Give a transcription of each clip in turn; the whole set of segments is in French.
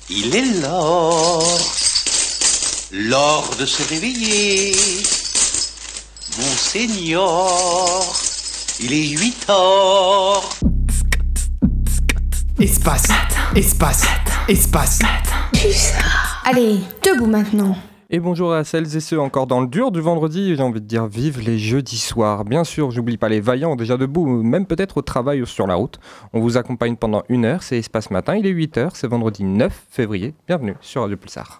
Il est l'heure de se réveiller. Monseigneur, il est 8 heures. Espace. Allez, debout maintenant. Et bonjour à celles et ceux encore dans le dur du vendredi, j'ai envie de dire vive les jeudis soirs. Bien sûr, j'oublie pas les vaillants déjà debout, ou même peut-être au travail ou sur la route. On vous accompagne pendant 1 heure, c'est Espace Matin, il est 8h, c'est vendredi 9 février. Bienvenue sur Radio Pulsar.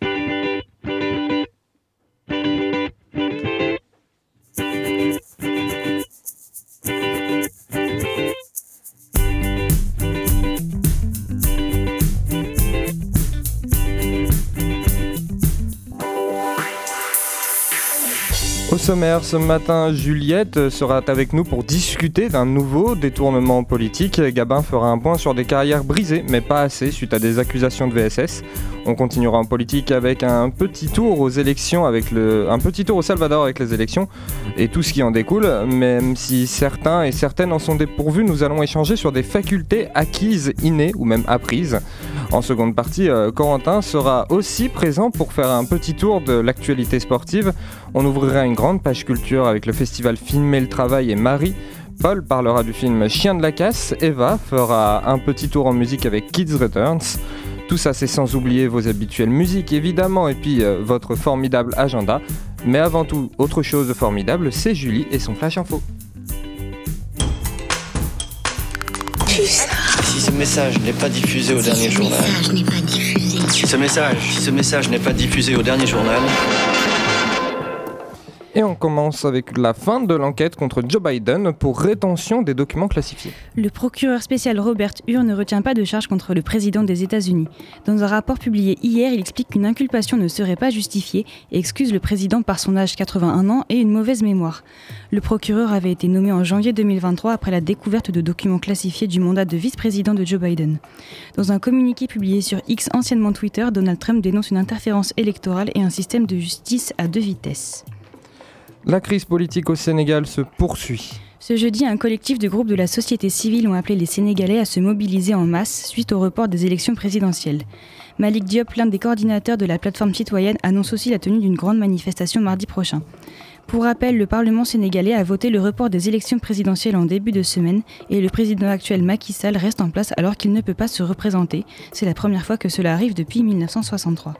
Au sommaire, ce matin, Juliette sera avec nous pour discuter d'un nouveau détournement politique. Gabin fera un point sur des carrières brisées, mais pas assez, suite à des accusations de VSS. On continuera en politique avec un petit tour aux élections, un petit tour au Salvador avec les élections et tout ce qui en découle. Même si certains et certaines en sont dépourvus, nous allons échanger sur des facultés acquises, innées ou même apprises. En seconde partie, Corentin sera aussi présent pour faire un petit tour de l'actualité sportive. On ouvrira une grande page culture avec le festival Filmer le Travail et Marie. Paul parlera du film Chien de la casse. Eva fera un petit tour en musique avec Kids Returns. Tout ça, c'est sans oublier vos habituelles musiques, évidemment, et puis votre formidable agenda. Mais avant tout, autre chose de formidable, c'est Julie et son Flash Info. Si ce message n'est pas diffusé au dernier journal. Si ce message n'est pas diffusé au dernier journal. Et on commence avec la fin de l'enquête contre Joe Biden pour rétention des documents classifiés. Le procureur spécial Robert Hur ne retient pas de charge contre le président des États-Unis. Dans un rapport publié hier, il explique qu'une inculpation ne serait pas justifiée et excuse le président par son âge 81 ans et une mauvaise mémoire. Le procureur avait été nommé en janvier 2023 après la découverte de documents classifiés du mandat de vice-président de Joe Biden. Dans un communiqué publié sur X, anciennement Twitter, Donald Trump dénonce une interférence électorale et un système de justice à 2 vitesses. La crise politique au Sénégal se poursuit. Ce jeudi, un collectif de groupes de la société civile ont appelé les Sénégalais à se mobiliser en masse suite au report des élections présidentielles. Malik Diop, l'un des coordinateurs de la plateforme citoyenne, annonce aussi la tenue d'une grande manifestation mardi prochain. Pour rappel, le Parlement sénégalais a voté le report des élections présidentielles en début de semaine et le président actuel Macky Sall reste en place alors qu'il ne peut pas se représenter. C'est la première fois que cela arrive depuis 1963.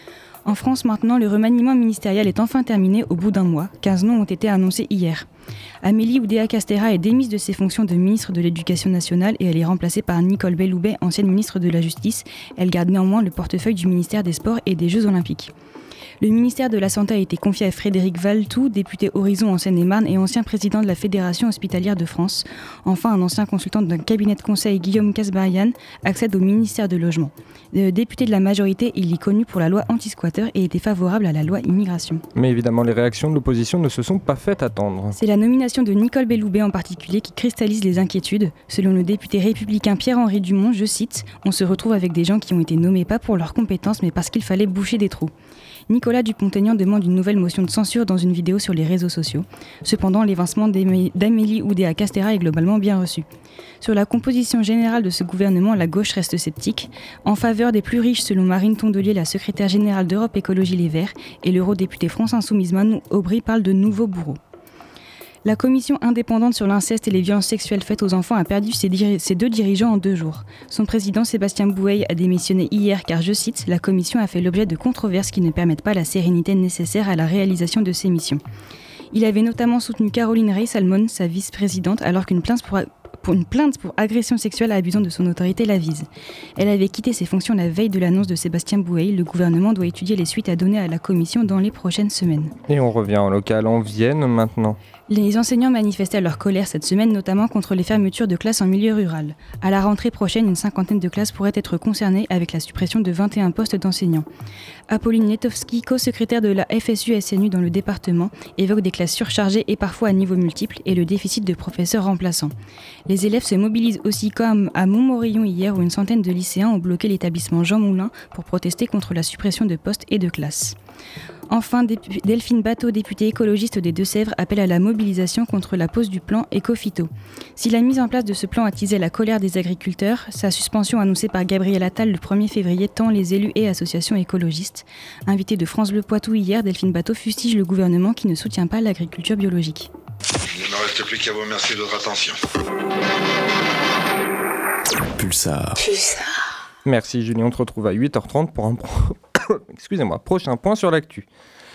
En France maintenant, le remaniement ministériel est enfin terminé au bout d'1 mois. 15 noms ont été annoncés hier. Amélie Oudéa-Castéra est démise de ses fonctions de ministre de l'Éducation nationale et elle est remplacée par Nicole Belloubet, ancienne ministre de la Justice. Elle garde néanmoins le portefeuille du ministère des Sports et des Jeux Olympiques. Le ministère de la Santé a été confié à Frédéric Valletoux, député Horizon en Seine-et-Marne et ancien président de la Fédération hospitalière de France. Enfin, un ancien consultant d'un cabinet de conseil, Guillaume Kasbarian, accède au ministère du Logement. Député de la majorité, il est connu pour la loi anti-squatter et était favorable à la loi immigration. Mais évidemment, les réactions de l'opposition ne se sont pas faites attendre. C'est la nomination de Nicole Belloubet en particulier qui cristallise les inquiétudes. Selon le député républicain Pierre-Henri Dumont, je cite, « On se retrouve avec des gens qui ont été nommés pas pour leurs compétences mais parce qu'il fallait boucher des trous ». Nicolas Dupont-Aignan demande une nouvelle motion de censure dans une vidéo sur les réseaux sociaux. Cependant, l'évincement d'Amélie Oudéa-Castéra est globalement bien reçu. Sur la composition générale de ce gouvernement, la gauche reste sceptique. En faveur des plus riches, selon Marine Tondelier, la secrétaire générale d'Europe Écologie Les Verts, et l'eurodéputé France Insoumise Manon Aubry parle de nouveaux bourreaux. La commission indépendante sur l'inceste et les violences sexuelles faites aux enfants a perdu ses 2 dirigeants en 2 jours. Son président Sébastien Bouey a démissionné hier car, je cite, « La commission a fait l'objet de controverses qui ne permettent pas la sérénité nécessaire à la réalisation de ses missions ». Il avait notamment soutenu Caroline Rey-Salmon, sa vice-présidente, alors qu'une plainte pour agression sexuelle abusant de son autorité la vise. Elle avait quitté ses fonctions la veille de l'annonce de Sébastien Bouey. Le gouvernement doit étudier les suites à donner à la commission dans les prochaines semaines. Et on revient en local en Vienne maintenant. Les enseignants manifestaient leur colère cette semaine, notamment contre les fermetures de classes en milieu rural. À la rentrée prochaine, une 50aine de classes pourraient être concernées avec la suppression de 21 postes d'enseignants. Apolline Letowski, co-secrétaire de la FSU-SNU dans le département, évoque des classes surchargées et parfois à niveau multiple et le déficit de professeurs remplaçants. Les élèves se mobilisent aussi comme à Montmorillon hier où une centaine de lycéens ont bloqué l'établissement Jean Moulin pour protester contre la suppression de postes et de classes. Enfin, Delphine Batho, députée écologiste des Deux-Sèvres, appelle à la mobilisation contre la pose du plan Éco-Phyto. Si la mise en place de ce plan attisait la colère des agriculteurs, sa suspension annoncée par Gabriel Attal le 1er février tend les élus et associations écologistes. Invitée de France Bleu Poitou hier, Delphine Batho fustige le gouvernement qui ne soutient pas l'agriculture biologique. Il ne me reste plus qu'à vous remercier de votre attention. Pulsar. Merci Julien, on te retrouve à 8h30 pour un prochain point sur l'actu.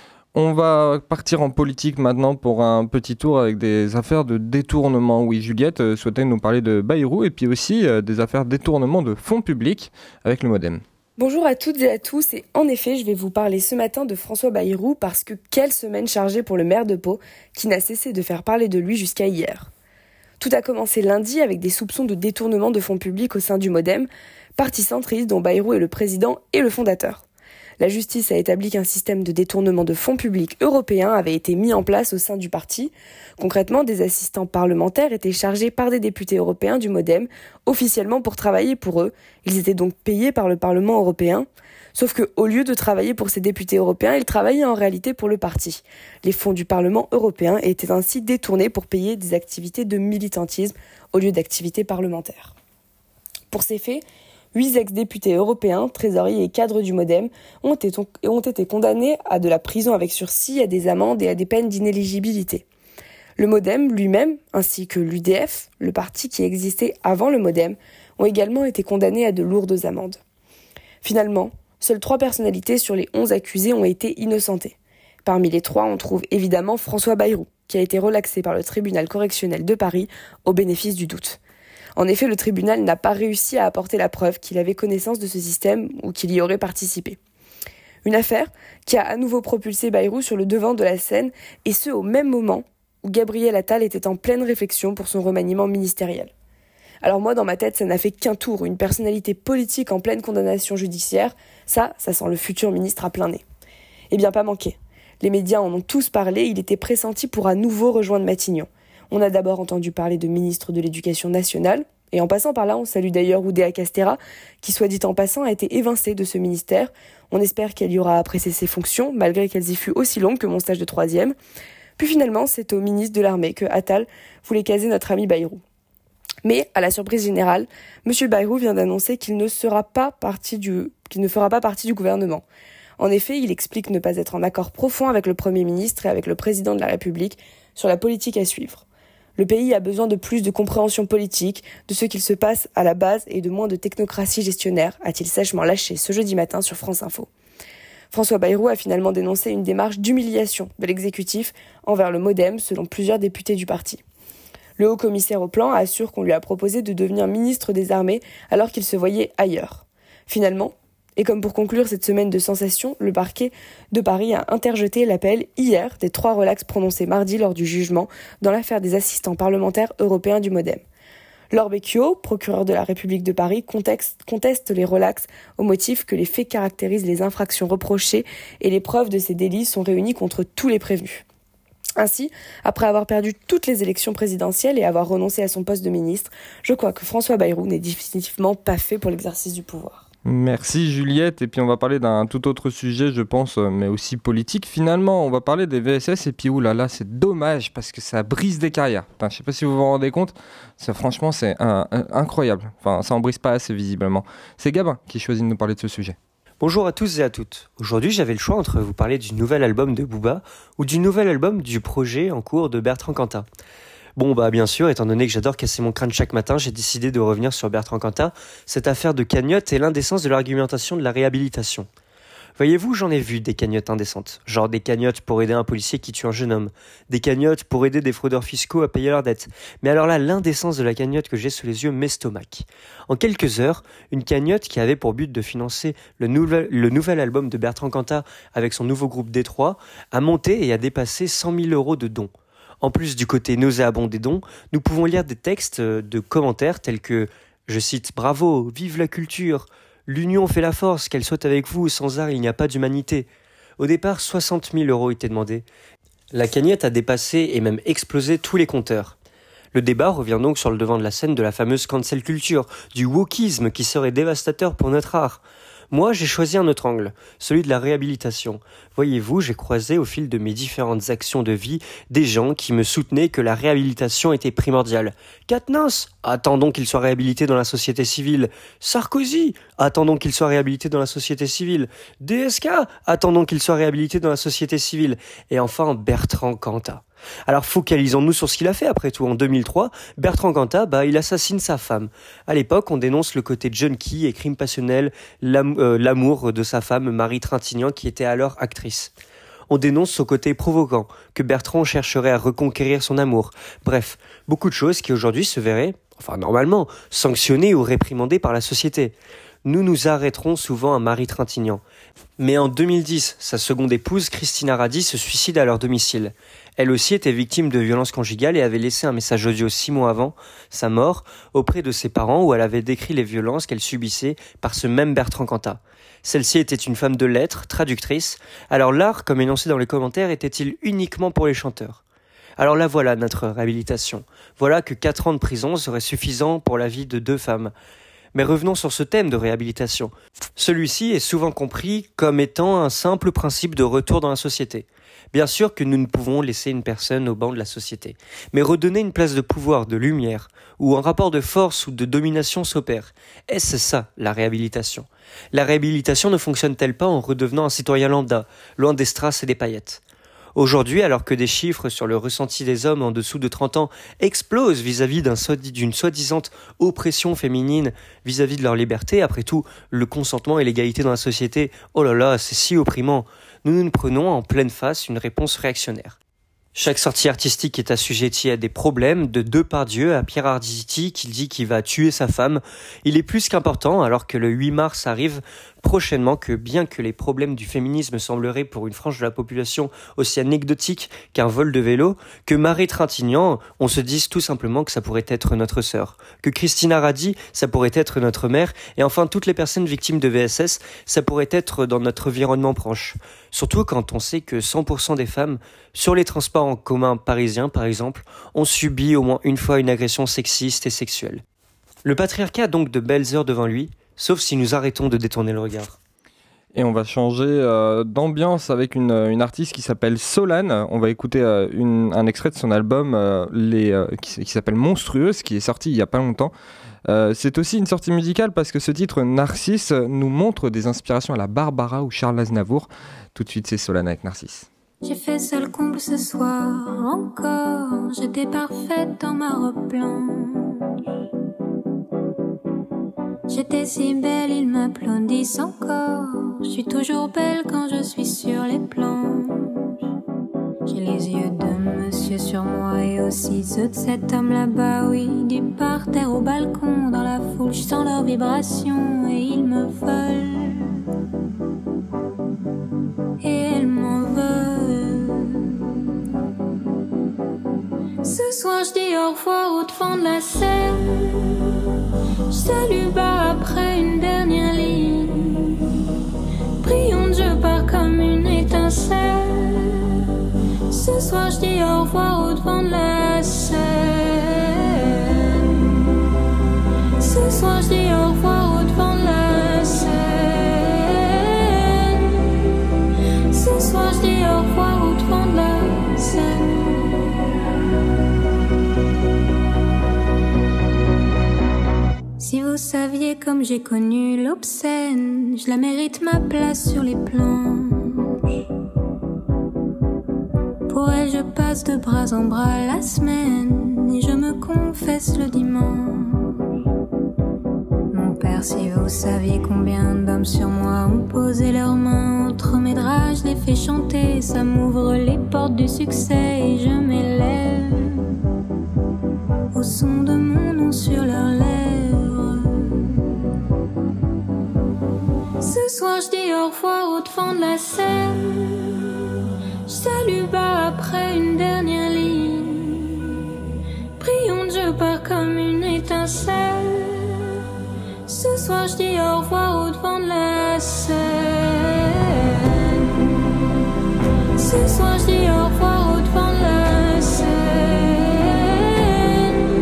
On va partir en politique maintenant pour un petit tour avec des affaires de détournement. Oui, Juliette souhaitait nous parler de Bayrou et puis aussi des affaires de détournement de fonds publics avec le Modem. Bonjour à toutes et à tous, et en effet, je vais vous parler ce matin de François Bayrou parce que quelle semaine chargée pour le maire de Pau qui n'a cessé de faire parler de lui jusqu'à hier. Tout a commencé lundi avec des soupçons de détournement de fonds publics au sein du Modem, parti centriste dont Bayrou est le président et le fondateur. La justice a établi qu'un système de détournement de fonds publics européens avait été mis en place au sein du parti. Concrètement, des assistants parlementaires étaient chargés par des députés européens du Modem, officiellement pour travailler pour eux. Ils étaient donc payés par le Parlement européen. Sauf qu'au lieu de travailler pour ces députés européens, ils travaillaient en réalité pour le parti. Les fonds du Parlement européen étaient ainsi détournés pour payer des activités de militantisme au lieu d'activités parlementaires. Pour ces faits, 8 ex-députés européens, trésoriers et cadres du Modem ont été condamnés à de la prison avec sursis, à des amendes et à des peines d'inéligibilité. Le Modem lui-même, ainsi que l'UDF, le parti qui existait avant le Modem, ont également été condamnés à de lourdes amendes. Finalement, seules 3 personnalités sur les 11 accusés ont été innocentées. Parmi les 3, on trouve évidemment François Bayrou, qui a été relaxé par le tribunal correctionnel de Paris au bénéfice du doute. En effet, le tribunal n'a pas réussi à apporter la preuve qu'il avait connaissance de ce système ou qu'il y aurait participé. Une affaire qui a à nouveau propulsé Bayrou sur le devant de la scène, et ce au même moment où Gabriel Attal était en pleine réflexion pour son remaniement ministériel. Alors moi, dans ma tête, ça n'a fait qu'un tour, une personnalité politique en pleine condamnation judiciaire, ça sent le futur ministre à plein nez. Eh bien, pas manqué. Les médias en ont tous parlé, il était pressenti pour à nouveau rejoindre Matignon. On a d'abord entendu parler de ministre de l'Éducation nationale, et en passant par là, on salue d'ailleurs Oudéa Castéra, qui, soit dit en passant, a été évincée de ce ministère. On espère qu'elle y aura apprécié ses fonctions, malgré qu'elles y fût aussi longues que mon stage de 3e. Puis finalement, c'est au ministre de l'Armée que Attal voulait caser notre ami Bayrou. Mais, à la surprise générale, M. Bayrou vient d'annoncer qu'il ne fera pas partie du gouvernement. En effet, il explique ne pas être en accord profond avec le Premier ministre et avec le Président de la République sur la politique à suivre. Le pays a besoin de plus de compréhension politique, de ce qu'il se passe à la base et de moins de technocratie gestionnaire, a-t-il sèchement lâché ce jeudi matin sur France Info. François Bayrou a finalement dénoncé une démarche d'humiliation de l'exécutif envers le Modem, selon plusieurs députés du parti. Le haut-commissaire au plan assure qu'on lui a proposé de devenir ministre des Armées alors qu'il se voyait ailleurs. Finalement, et comme pour conclure cette semaine de sensations, le parquet de Paris a interjeté l'appel hier des 3 relax prononcés mardi lors du jugement dans l'affaire des assistants parlementaires européens du Modem. Laure Becchio, procureur de la République de Paris, conteste les relax au motif que les faits caractérisent les infractions reprochées et les preuves de ces délits sont réunies contre tous les prévenus. Ainsi, après avoir perdu toutes les élections présidentielles et avoir renoncé à son poste de ministre, je crois que François Bayrou n'est définitivement pas fait pour l'exercice du pouvoir. Merci Juliette, et puis on va parler d'un tout autre sujet je pense, mais aussi politique finalement. On va parler des VSS et puis oulala, c'est dommage parce que ça brise des carrières. Enfin, je sais pas si vous vous rendez compte, ça, franchement c'est incroyable, enfin ça en brise pas assez visiblement. C'est Gabin qui choisit de nous parler de ce sujet. Bonjour à tous et à toutes. Aujourd'hui, j'avais le choix entre vous parler du nouvel album de Booba ou du nouvel album du projet en cours de Bertrand Cantat. Bon, bien sûr, étant donné que j'adore casser mon crâne chaque matin, j'ai décidé de revenir sur Bertrand Cantat, cette affaire de cagnotte et l'indécence de l'argumentation de la réhabilitation. Voyez-vous, j'en ai vu des cagnottes indécentes. Genre des cagnottes pour aider un policier qui tue un jeune homme. Des cagnottes pour aider des fraudeurs fiscaux à payer leurs dettes. Mais alors là, l'indécence de la cagnotte que j'ai sous les yeux m'estomaque. En quelques heures, une cagnotte qui avait pour but de financer le nouvel album de Bertrand Cantat avec son nouveau groupe D3 a monté et a dépassé 100 000 € de dons. En plus du côté nauséabond des dons, nous pouvons lire des textes de commentaires tels que, je cite, « Bravo, vive la culture !» L'union fait la force, qu'elle soit avec vous, sans art il n'y a pas d'humanité. Au départ, 60 000 € étaient demandés. La cagnotte a dépassé et même explosé tous les compteurs. Le débat revient donc sur le devant de la scène de la fameuse cancel culture, du wokisme qui serait dévastateur pour notre art. Moi, j'ai choisi un autre angle, celui de la réhabilitation. Voyez-vous, j'ai croisé au fil de mes différentes actions de vie des gens qui me soutenaient que la réhabilitation était primordiale. Quatennens, attendons qu'il soit réhabilité dans la société civile. Sarkozy, attendons qu'il soit réhabilité dans la société civile. DSK, attendons qu'il soit réhabilité dans la société civile. Et enfin, Bertrand Cantat. Alors focalisons-nous sur ce qu'il a fait après tout. En 2003, Bertrand Cantat, il assassine sa femme. À l'époque, on dénonce le côté junkie et crime passionnel, l'amour de sa femme, Marie Trintignant, qui était alors actrice. On dénonce son côté provoquant, que Bertrand chercherait à reconquérir son amour. Bref, beaucoup de choses qui aujourd'hui se verraient, normalement, sanctionnées ou réprimandées par la société. Nous nous arrêterons souvent à Marie Trintignant. Mais en 2010, sa seconde épouse, Christina Radi, se suicide à leur domicile. Elle aussi était victime de violences conjugales et avait laissé un message audio 6 mois avant sa mort auprès de ses parents où elle avait décrit les violences qu'elle subissait par ce même Bertrand Cantat. Celle-ci était une femme de lettres, traductrice. Alors l'art, comme énoncé dans les commentaires, était-il uniquement pour les chanteurs ? Alors là voilà notre réhabilitation. Voilà que 4 ans de prison serait suffisant pour la vie de 2 femmes. Mais revenons sur ce thème de réhabilitation. Celui-ci est souvent compris comme étant un simple principe de retour dans la société. Bien sûr que nous ne pouvons laisser une personne au banc de la société, mais redonner une place de pouvoir, de lumière, où un rapport de force ou de domination s'opère. Est-ce ça, la réhabilitation ? La réhabilitation ne fonctionne-t-elle pas en redevenant un citoyen lambda, loin des strass et des paillettes ? Aujourd'hui, alors que des chiffres sur le ressenti des hommes en dessous de 30 ans explosent vis-à-vis d'une soi-disant oppression féminine vis-à-vis de leur liberté, après tout, le consentement et l'égalité dans la société, oh là là, c'est si opprimant, nous nous prenons en pleine face une réponse réactionnaire. Chaque sortie artistique est assujettie à des problèmes, de Depardieu à Pierre Arditi qui dit qu'il va tuer sa femme. Il est plus qu'important, alors que le 8 mars arrive prochainement, que bien que les problèmes du féminisme sembleraient pour une frange de la population aussi anecdotiques qu'un vol de vélo, que Marie Trintignant, on se dise tout simplement que ça pourrait être notre sœur, que Christina Radi, ça pourrait être notre mère, et enfin toutes les personnes victimes de VSS, ça pourrait être dans notre environnement proche. Surtout quand on sait que 100% des femmes, sur les transports en commun parisiens par exemple, ont subi au moins une fois une agression sexiste et sexuelle. Le patriarcat a donc de belles heures devant lui, sauf si nous arrêtons de détourner le regard. Et on va changer d'ambiance avec une artiste qui s'appelle Solane. On va écouter un extrait de son album qui s'appelle Monstrueuse, qui est sorti il n'y a pas longtemps. C'est aussi une sortie musicale parce que ce titre Narcisse nous montre des inspirations à la Barbara ou Charles Aznavour. Tout de suite, c'est Solane avec Narcisse. J'ai fait seul comble ce soir encore. J'étais parfaite dans ma robe blanche. J'étais si belle, ils m'applaudissent encore. Je suis toujours belle quand je suis sur les planches. J'ai les yeux de monsieur sur moi et aussi ceux de cet homme là-bas, oui. Du parterre au balcon, dans la foule, je sens leurs vibrations et ils me veulent. Et elles m'en veulent. Ce soir je dis au revoir au devant de la scène. Je salue bas après une dernière ligne. Prions, je pars comme une étincelle. Ce soir je dis au revoir au devant de la scène. Ce soir je dis au revoir au devant de la scène. Ce soir je dis au revoir au devant de la scène. Si vous saviez comme j'ai connu l'obscène, je la mérite ma place sur les planches. Pour elle je passe de bras en bras la semaine et je me confesse le dimanche. Mon père, si vous saviez combien d'hommes sur moi ont posé leurs mains entre mes draps, je les fais chanter, ça m'ouvre les portes du succès et je m'élève au son de mon nom sur leurs lèvres. Ce soir je dis au revoir au devant de la scène. Je salue bas après une dernière ligne. Prions, je pars comme une étincelle. Ce soir je dis au revoir au devant de la scène. Ce soir je dis au revoir au devant de la scène.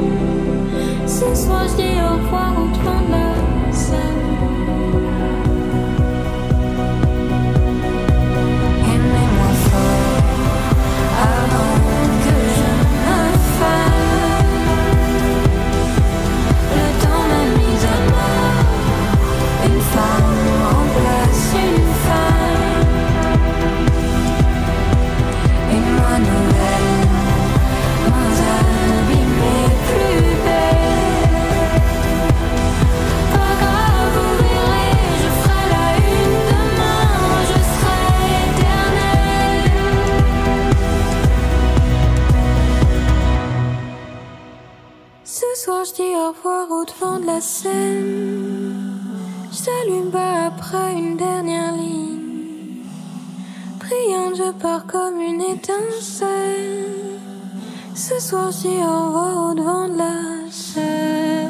s'allume pas après une dernière ligne. Brillante, je pars comme une étincelle. Ce soir-ci, au revoir au devant de la scène.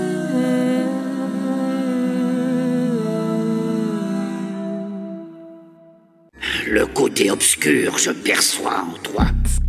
Le côté obscur, je perçois en toi.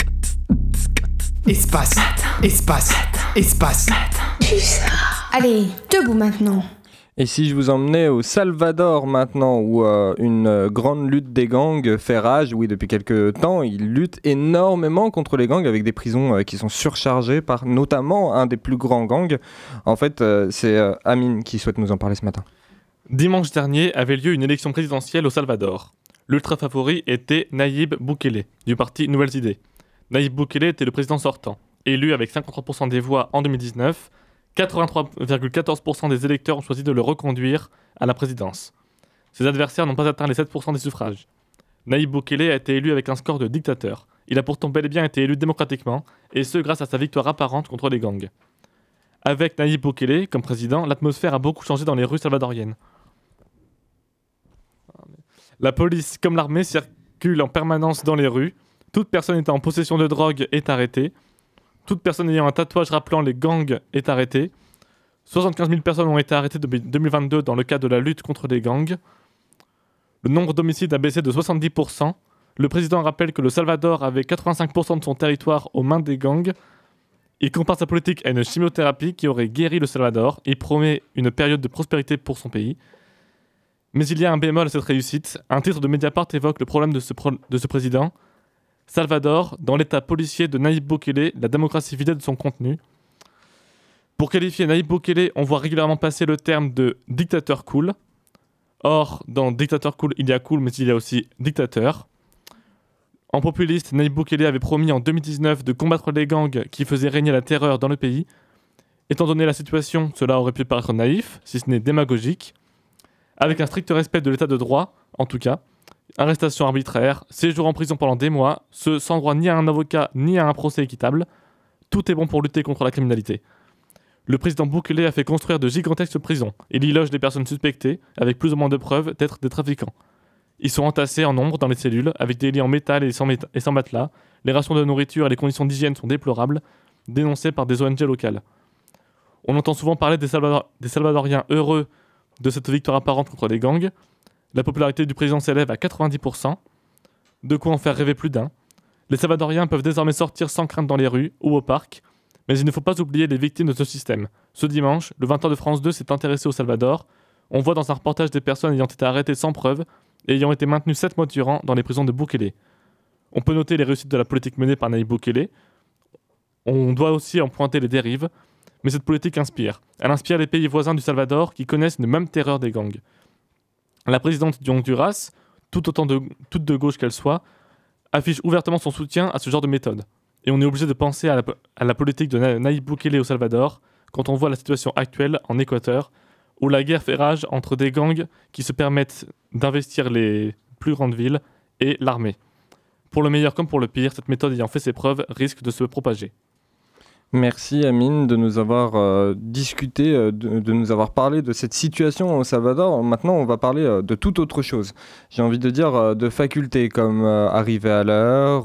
Espace, espace, espace. Allez, debout maintenant. Et si je vous emmenais au Salvador maintenant, où une grande lutte des gangs fait rage, oui, depuis quelques temps, ils luttent énormément contre les gangs avec des prisons qui sont surchargées par notamment un des plus grands gangs. En fait, c'est Amine qui souhaite nous en parler ce matin. Dimanche dernier avait lieu une élection présidentielle au Salvador. L'ultra favori était Nayib Bukele, du parti Nouvelles Idées. Nayib Bukele était le président sortant. Élu avec 53% des voix en 2019, 83,14% des électeurs ont choisi de le reconduire à la présidence. Ses adversaires n'ont pas atteint les 7% des suffrages. Nayib Bukele a été élu avec un score de dictateur. Il a pourtant bel et bien été élu démocratiquement, et ce grâce à sa victoire apparente contre les gangs. Avec Nayib Bukele comme président, l'atmosphère a beaucoup changé dans les rues salvadoriennes. La police comme l'armée circulent en permanence dans les rues. Toute personne étant en possession de drogue est arrêtée. Toute personne ayant un tatouage rappelant les gangs est arrêtée. 75 000 personnes ont été arrêtées depuis 2022 dans le cadre de la lutte contre les gangs. Le nombre d'homicides a baissé de 70%. Le président rappelle que le Salvador avait 85% de son territoire aux mains des gangs. Il compare sa politique à une chimiothérapie qui aurait guéri le Salvador et promet une période de prospérité pour son pays. Mais il y a un bémol à cette réussite. Un titre de Mediapart évoque le problème de ce président. Salvador, dans l'état policier de Nayib Bukele, la démocratie vidée de son contenu. Pour qualifier Nayib Bukele, on voit régulièrement passer le terme de dictateur cool. Or, dans dictateur cool, il y a cool, mais il y a aussi dictateur. En populiste, Nayib Bukele avait promis en 2019 de combattre les gangs qui faisaient régner la terreur dans le pays. Étant donné la situation, cela aurait pu paraître naïf, si ce n'est démagogique. Avec un strict respect de l'état de droit, en tout cas, arrestation arbitraire, séjour en prison pendant des mois, ce sans droit ni à un avocat ni à un procès équitable, tout est bon pour lutter contre la criminalité. Le président Bukele a fait construire de gigantesques prisons. Il y loge des personnes suspectées, avec plus ou moins de preuves d'être des trafiquants. Ils sont entassés en nombre dans les cellules, avec des lits en métal et sans matelas. Les rations de nourriture et les conditions d'hygiène sont déplorables, dénoncées par des ONG locales. On entend souvent parler des Salvadoriens heureux de cette victoire apparente contre les gangs. La popularité du président s'élève à 90%. De quoi en faire rêver plus d'un. Les Salvadoriens peuvent désormais sortir sans crainte dans les rues ou au parc. Mais il ne faut pas oublier les victimes de ce système. Ce dimanche, le 20h de France 2 s'est intéressé au Salvador. On voit dans un reportage des personnes ayant été arrêtées sans preuve et ayant été maintenues 7 mois durant dans les prisons de Bukele. On peut noter les réussites de la politique menée par Nayib Bukele. On doit aussi en pointer les dérives. Mais cette politique inspire. Elle inspire les pays voisins du Salvador qui connaissent une même terreur des gangs. La présidente du Honduras, toute de gauche qu'elle soit, affiche ouvertement son soutien à ce genre de méthode. Et on est obligé de penser à la politique de Nayib Bukele au Salvador quand on voit la situation actuelle en Équateur, où la guerre fait rage entre des gangs qui se permettent d'investir les plus grandes villes et l'armée. Pour le meilleur comme pour le pire, cette méthode ayant fait ses preuves risque de se propager. Merci Amine de nous avoir discuté, de nous avoir parlé de cette situation au Salvador. Maintenant, on va parler de toute autre chose. J'ai envie de dire de facultés comme arriver à l'heure.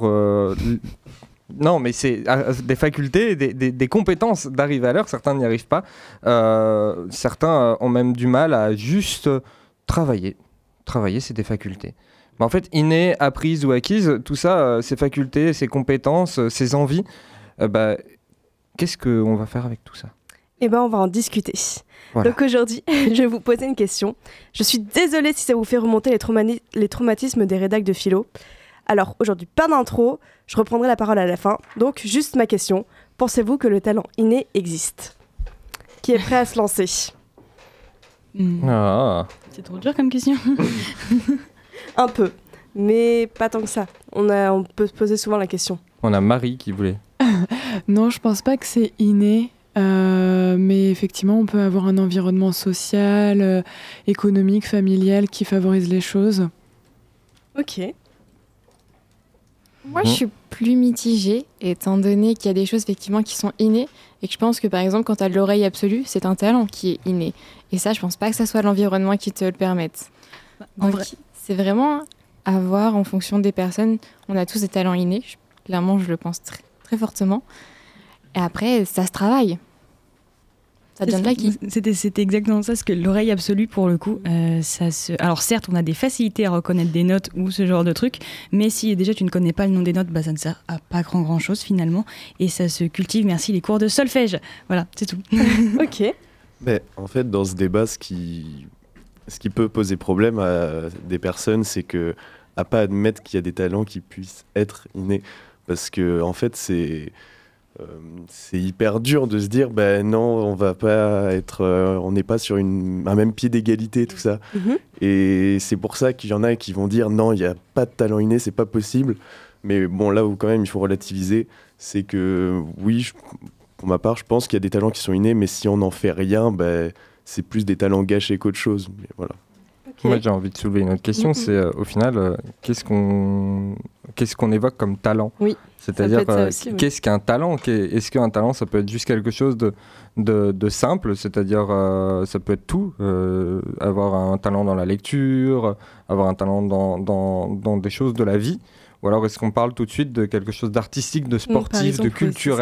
Non, mais c'est des facultés, des compétences d'arriver à l'heure. Certains n'y arrivent pas. Certains ont même du mal à juste travailler. Travailler, c'est des facultés. Mais en fait, innées, apprises ou acquises, tout ça, ces facultés, ces compétences, ces envies, qu'est-ce qu'on va faire avec tout ça ? Eh bien, on va en discuter. Voilà. Donc aujourd'hui, je vais vous poser une question. Je suis désolée si ça vous fait remonter les traumatismes des rédacs de philo. Alors aujourd'hui, pas d'intro, je reprendrai la parole à la fin. Donc juste ma question, pensez-vous que le talent inné existe ? Qui est prêt à se lancer ? C'est trop dur comme question. Un peu, mais pas tant que ça. On peut se poser souvent la question. On a Marie qui voulait... Non, je pense pas que c'est inné, mais effectivement, on peut avoir un environnement social, économique, familial qui favorise les choses. Ok. Moi, je suis plus mitigée, étant donné qu'il y a des choses effectivement qui sont innées, et que je pense que par exemple, quand tu as de l'oreille absolue, c'est un talent qui est inné. Et ça, je pense pas que ça soit l'environnement qui te le permette. Donc, c'est vraiment à voir en fonction des personnes. On a tous des talents innés, clairement, je le pense très, très fortement. Et après, ça se travaille. Ça devient de l'acquis. C'était exactement ça, parce que l'oreille absolue, pour le coup, alors certes, on a des facilités à reconnaître des notes ou ce genre de trucs, mais si déjà tu ne connais pas le nom des notes, ça ne sert à pas grand chose finalement, et ça se cultive, merci les cours de solfège. Voilà, c'est tout. Ok. Mais en fait, dans ce débat, ce qui peut poser problème à des personnes, c'est que à pas admettre qu'il y a des talents qui puissent être innés, parce que en fait, c'est hyper dur de se dire non, on va pas être on n'est pas sur un même pied d'égalité, tout ça. Et c'est pour ça qu'il y en a qui vont dire non, il n'y a pas de talent inné, c'est pas possible. Mais bon, là où quand même il faut relativiser, c'est que oui, pour ma part, je pense qu'il y a des talents qui sont innés, mais si on n'en fait rien, c'est plus des talents gâchés qu'autre chose. Mais voilà. Okay. Moi, j'ai envie de soulever une autre question, c'est au final, qu'est-ce qu'on évoque comme talent ? Oui. C'est-à-dire, qu'est-ce qu'un talent ? Est-ce qu'un talent, ça peut être juste quelque chose de simple ? C'est-à-dire, ça peut être tout. Avoir un talent dans la lecture, avoir un talent dans des choses de la vie. Ou alors, est-ce qu'on parle tout de suite de quelque chose d'artistique, de sportif, exemple, de culturel ?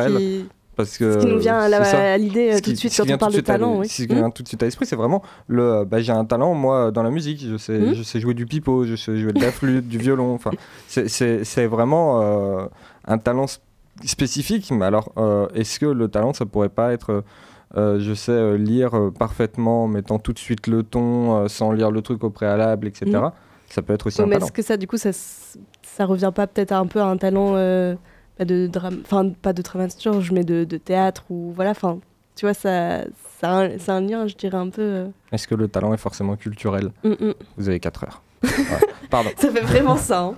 Parce que ce qui nous vient à l'idée tout de suite quand on parle de talent. Ce qui vient tout de suite à l'esprit, c'est vraiment j'ai un talent, moi, dans la musique. Je sais jouer du pipeau, je sais jouer de la flûte, du violon. Enfin, c'est vraiment un talent spécifique. Mais alors, est-ce que le talent, ça pourrait pas être, lire parfaitement, en mettant tout de suite le ton, sans lire le truc au préalable, etc. Ça peut être aussi un talent. Mais est-ce que ça, du coup, ça revient pas peut-être un peu à un talent pas de dramaturge, mais de théâtre, ou voilà, enfin, tu vois, ça a un lien, je dirais, un peu... Est-ce que le talent est forcément culturel ? Vous avez 4 heures. Pardon. Ça fait vraiment ça, hein.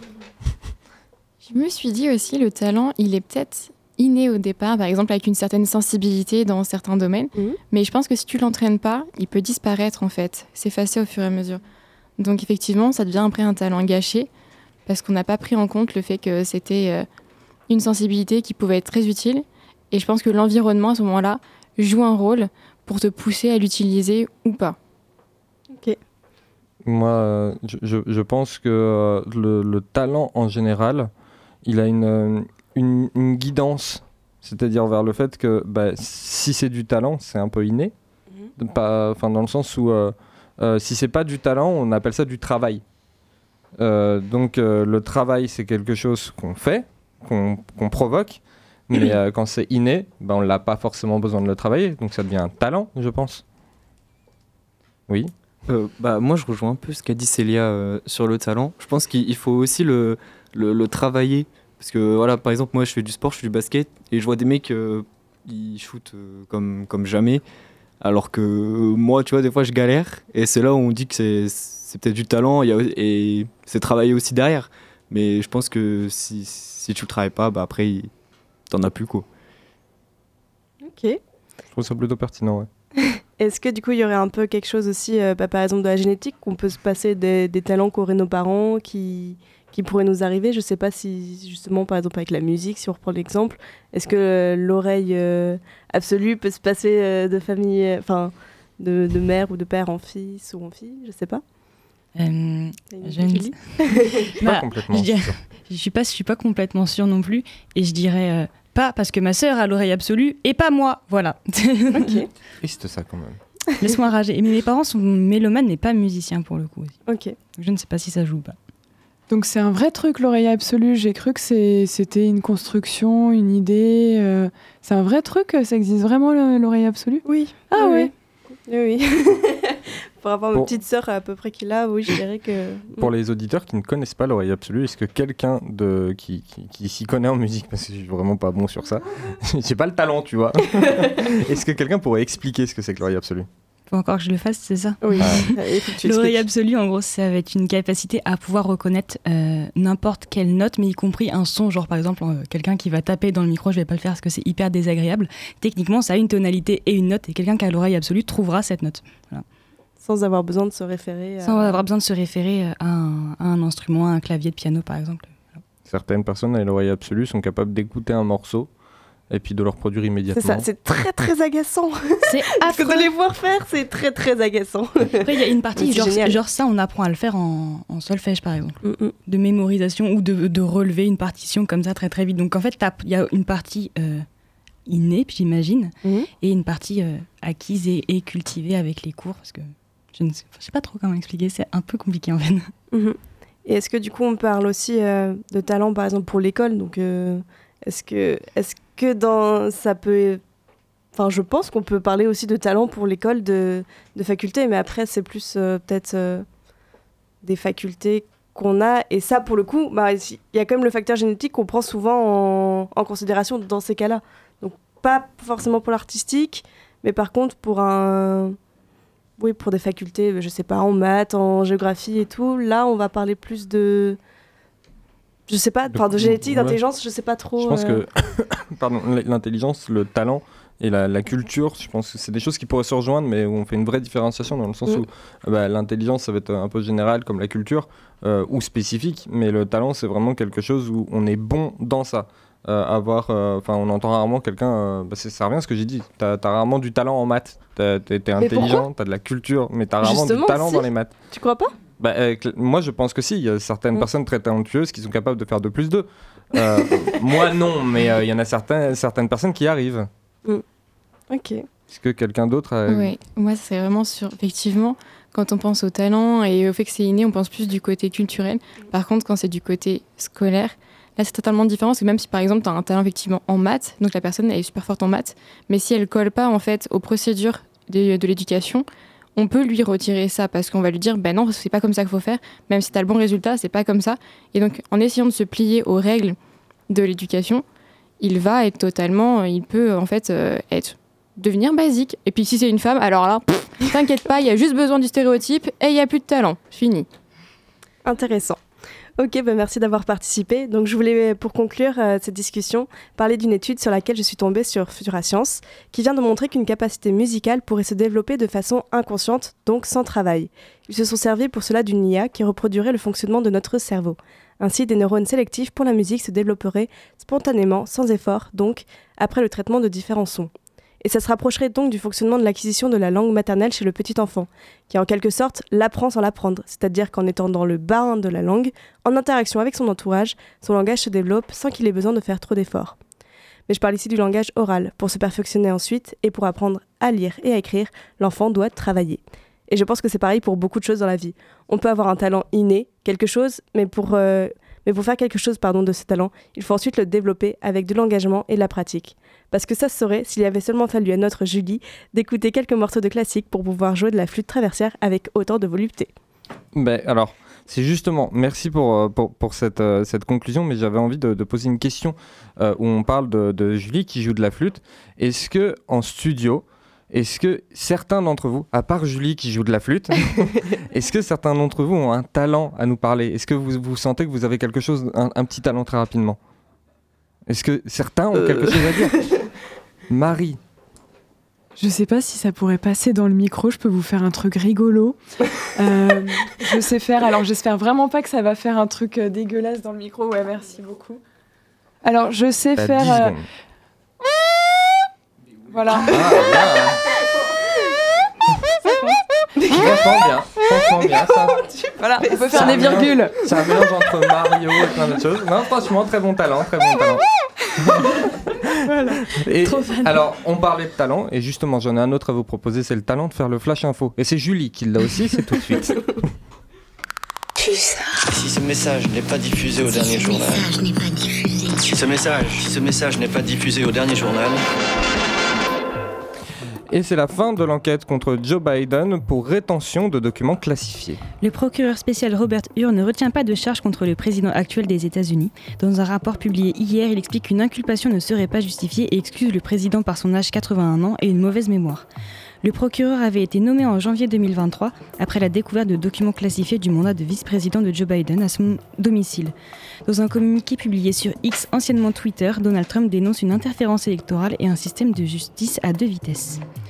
Je me suis dit aussi, le talent, il est peut-être inné au départ, par exemple avec une certaine sensibilité dans certains domaines, mais je pense que si tu l'entraînes pas, il peut disparaître en fait, s'effacer au fur et à mesure. Donc effectivement, ça devient après un talent gâché, parce qu'on n'a pas pris en compte le fait que c'était... une sensibilité qui pouvait être très utile, et je pense que l'environnement à ce moment-là joue un rôle pour te pousser à l'utiliser ou pas. Ok. Moi, je pense que le talent en général, il a une guidance, c'est-à-dire vers le fait que si c'est du talent, c'est un peu inné, dans le sens où si c'est pas du talent, on appelle ça du travail. Donc le travail, c'est quelque chose qu'on fait, qu'on provoque, mais quand c'est inné, on n'a pas forcément besoin de le travailler, donc ça devient un talent, je pense. Oui. Moi, je rejoins un peu ce qu'a dit Célia sur le talent. Je pense qu'il faut aussi le travailler, parce que voilà, par exemple, moi, je fais du sport, je fais du basket, et je vois des mecs, ils shootent comme jamais, alors que moi, tu vois, des fois, je galère, et c'est là où on dit que c'est peut-être du talent, et c'est travaillé aussi derrière. Mais je pense que si tu le travailles pas, après, t'en as plus, quoi. Ok. Je trouve ça plutôt pertinent, ouais. Est-ce que du coup, il y aurait un peu quelque chose aussi, par exemple, de la génétique, qu'on peut se passer des talents qu'auraient nos parents, qui pourraient nous arriver ? Je sais pas si, justement, par exemple, avec la musique, si on reprend l'exemple, est-ce que l'oreille absolue peut se passer de famille, de mère ou de père en fils ou en fille ? Je sais pas. Je suis pas complètement sûre non plus, et je dirais pas, parce que ma sœur a l'oreille absolue et pas moi, voilà. Ok. Triste ça quand même. Laisse-moi rager. Mais mes parents sont mélomanes mais pas musiciens pour le coup aussi. Ok. Je ne sais pas si ça joue ou pas. Donc c'est un vrai truc, l'oreille absolue. J'ai cru que c'était une construction, une idée. C'est un vrai truc, ça existe vraiment l'oreille absolue ? Oui. Ah oui, ouais. Oui. Pour avoir ma petite sœur à peu près qui l'a, oui, je dirais que... Pour les auditeurs qui ne connaissent pas l'oreille absolue, est-ce que quelqu'un qui s'y connaît en musique, parce que je suis vraiment pas bon sur ça, j'ai pas le talent, tu vois. Est-ce que quelqu'un pourrait expliquer ce que c'est que l'oreille absolue ? Faut encore que je le fasse, c'est ça ? Oui. L'oreille absolue, en gros, ça va être une capacité à pouvoir reconnaître n'importe quelle note, mais y compris un son. Genre, par exemple, quelqu'un qui va taper dans le micro, je vais pas le faire parce que c'est hyper désagréable. Techniquement, ça a une tonalité et une note, et quelqu'un qui a l'oreille absolue trouvera cette note. Voilà. Sans avoir besoin de se référer à un instrument, à un clavier de piano, par exemple. Voilà. Certaines personnes à l'oreille absolue sont capables d'écouter un morceau et puis de le reproduire immédiatement. C'est ça, c'est très très agaçant. C'est affreux. De les voir faire, c'est très très agaçant. Après, il y a une partie, genre ça, on apprend à le faire en solfège, par exemple. De mémorisation ou de relever une partition comme ça très très vite. Donc en fait, il y a une partie innée, j'imagine, et une partie acquise et cultivée avec les cours, parce que je ne sais pas trop comment expliquer, c'est un peu compliqué en fait. Et est-ce que du coup, on parle aussi de talent, par exemple, pour l'école? Donc est-ce que ça peut... Enfin, je pense qu'on peut parler aussi de talent pour l'école de faculté, mais après, c'est plus peut-être des facultés qu'on a. Et ça, pour le coup, il y a quand même le facteur génétique qu'on prend souvent en considération dans ces cas-là. Donc, pas forcément pour l'artistique, mais par contre, pour des facultés, je sais pas, en maths, en géographie et tout, là, on va parler plus de... Je sais pas, de génétique, d'intelligence, je sais pas trop. Je pense que l'intelligence, le talent et la culture, je pense que c'est des choses qui pourraient se rejoindre, mais où on fait une vraie différenciation dans le sens où l'intelligence, ça va être un peu général comme la culture, ou spécifique, mais le talent, c'est vraiment quelque chose où on est bon dans ça. On entend rarement quelqu'un, ça revient à ce que j'ai dit, t'as rarement du talent en maths, t'es intelligent, t'as de la culture, mais t'as rarement du talent dans les maths. Tu crois pas ? Moi, je pense que si. Il y a certaines personnes très talentueuses qui sont capables de faire 2 + 2. Moi, non, mais il y en a certaines personnes qui y arrivent. Ok. Est-ce que quelqu'un d'autre a... Oui, moi, c'est vraiment effectivement, quand on pense au talent et au fait que c'est inné, on pense plus du côté culturel. Par contre, quand c'est du côté scolaire, là, c'est totalement différent. Parce que même si, par exemple, tu as un talent effectivement en maths, donc la personne elle est super forte en maths, mais si elle colle pas en fait aux procédures de l'éducation, on peut lui retirer ça parce qu'on va lui dire non, c'est pas comme ça qu'il faut faire, même si tu as le bon résultat, c'est pas comme ça. Et donc, en essayant de se plier aux règles de l'éducation, il peut en fait devenir basique. Et puis si c'est une femme, alors là, t'inquiète pas, il y a juste besoin du stéréotype et il n'y a plus de talent. Fini. Intéressant. Ok, merci d'avoir participé. Donc je voulais, pour conclure cette discussion, parler d'une étude sur laquelle je suis tombée sur Futura Science, qui vient de montrer qu'une capacité musicale pourrait se développer de façon inconsciente, donc sans travail. Ils se sont servis pour cela d'une IA qui reproduirait le fonctionnement de notre cerveau. Ainsi, des neurones sélectifs pour la musique se développeraient spontanément, sans effort, donc après le traitement de différents sons. Et ça se rapprocherait donc du fonctionnement de l'acquisition de la langue maternelle chez le petit enfant, qui en quelque sorte l'apprend sans l'apprendre, c'est-à-dire qu'en étant dans le bain de la langue, en interaction avec son entourage, son langage se développe sans qu'il ait besoin de faire trop d'efforts. Mais je parle ici du langage oral. Pour se perfectionner ensuite et pour apprendre à lire et à écrire, l'enfant doit travailler. Et je pense que c'est pareil pour beaucoup de choses dans la vie. On peut avoir un talent inné, quelque chose, mais pour faire quelque chose de ce talent, il faut ensuite le développer avec de l'engagement et de la pratique. Parce que ça se saurait s'il avait seulement fallu à notre Julie d'écouter quelques morceaux de classique pour pouvoir jouer de la flûte traversière avec autant de volupté. Alors, c'est justement, merci pour cette conclusion, mais j'avais envie de poser une question où on parle de Julie qui joue de la flûte. Est-ce que certains d'entre vous, à part Julie qui joue de la flûte, est-ce que certains d'entre vous ont un talent à nous parler ? Est-ce que vous sentez que vous avez quelque chose, un petit talent très rapidement ? Est-ce que certains ont quelque chose à dire ? Marie. Je sais pas si ça pourrait passer dans le micro, je peux vous faire un truc rigolo. Je sais faire, alors j'espère vraiment pas que ça va faire un truc dégueulasse dans le micro. Ouais, merci beaucoup. Alors, je sais faire... Voilà. Franchement bien, ça. Voilà, on peut faire des virgules. C'est un mélange entre Mario et plein d'autres choses. Non, franchement, très bon talent. Voilà. Et alors, on parlait de talent, et justement, j'en ai un autre à vous proposer, c'est le talent de faire le flash info. Et c'est Julie qui l'a aussi, c'est tout de suite. Si ce message n'est pas diffusé au dernier journal. Si ce message n'est pas diffusé au dernier journal. Et c'est la fin de l'enquête contre Joe Biden pour rétention de documents classifiés. Le procureur spécial Robert Hur ne retient pas de charge contre le président actuel des États-Unis. Dans un rapport publié hier, il explique qu'une inculpation ne serait pas justifiée et excuse le président par son âge 81 ans et une mauvaise mémoire. Le procureur avait été nommé en janvier 2023 après la découverte de documents classifiés du mandat de vice-président de Joe Biden à son domicile. Dans un communiqué publié sur X, anciennement Twitter, Donald Trump dénonce une interférence électorale et un système de justice à 2 vitesses.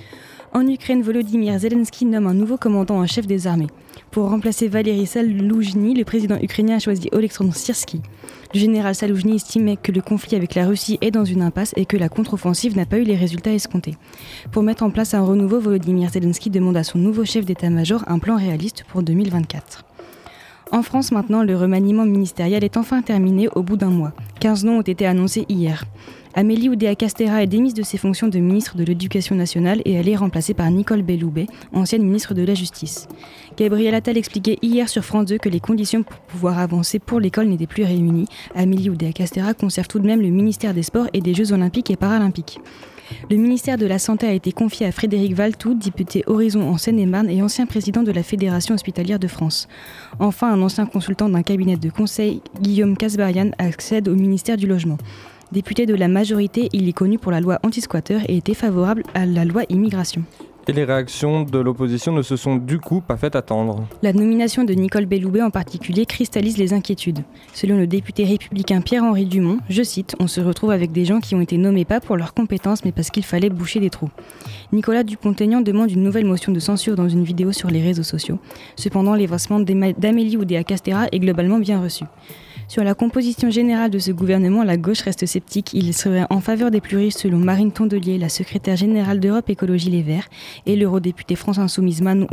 En Ukraine, Volodymyr Zelensky nomme un nouveau commandant en chef des armées. Pour remplacer Valery Zaloujny, le président ukrainien a choisi Oleksandr Syrsky. Le général Zaloujny estimait que le conflit avec la Russie est dans une impasse et que la contre-offensive n'a pas eu les résultats escomptés. Pour mettre en place un renouveau, Volodymyr Zelensky demande à son nouveau chef d'état-major un plan réaliste pour 2024. En France maintenant, le remaniement ministériel est enfin terminé au bout d'un mois. 15 noms ont été annoncés hier. Amélie Oudéa-Castéra est démise de ses fonctions de ministre de l'Éducation nationale et elle est remplacée par Nicole Belloubet, ancienne ministre de la Justice. Gabriel Attal expliquait hier sur France 2 que les conditions pour pouvoir avancer pour l'école n'étaient plus réunies. Amélie Oudéa-Castéra conserve tout de même le ministère des Sports et des Jeux Olympiques et Paralympiques. Le ministère de la Santé a été confié à Frédéric Valtout, député Horizon en Seine-et-Marne et ancien président de la Fédération hospitalière de France. Enfin, un ancien consultant d'un cabinet de conseil, Guillaume Kasbarian, accède au ministère du Logement. Député de la majorité, il est connu pour la loi anti-squatter et était favorable à la loi immigration. Et les réactions de l'opposition ne se sont du coup pas fait attendre. La nomination de Nicole Belloubet en particulier cristallise les inquiétudes. Selon le député républicain Pierre-Henri Dumont, je cite, « On se retrouve avec des gens qui ont été nommés pas pour leurs compétences mais parce qu'il fallait boucher des trous ». Nicolas Dupont-Aignan demande une nouvelle motion de censure dans une vidéo sur les réseaux sociaux. Cependant, l'évincement d'Amélie Oudéa-Castéra est globalement bien reçu. Sur la composition générale de ce gouvernement, la gauche reste sceptique. Il serait en faveur des plus riches selon Marine Tondelier, la secrétaire générale d'Europe Écologie Les Verts, et l'eurodéputée France Insoumise Manon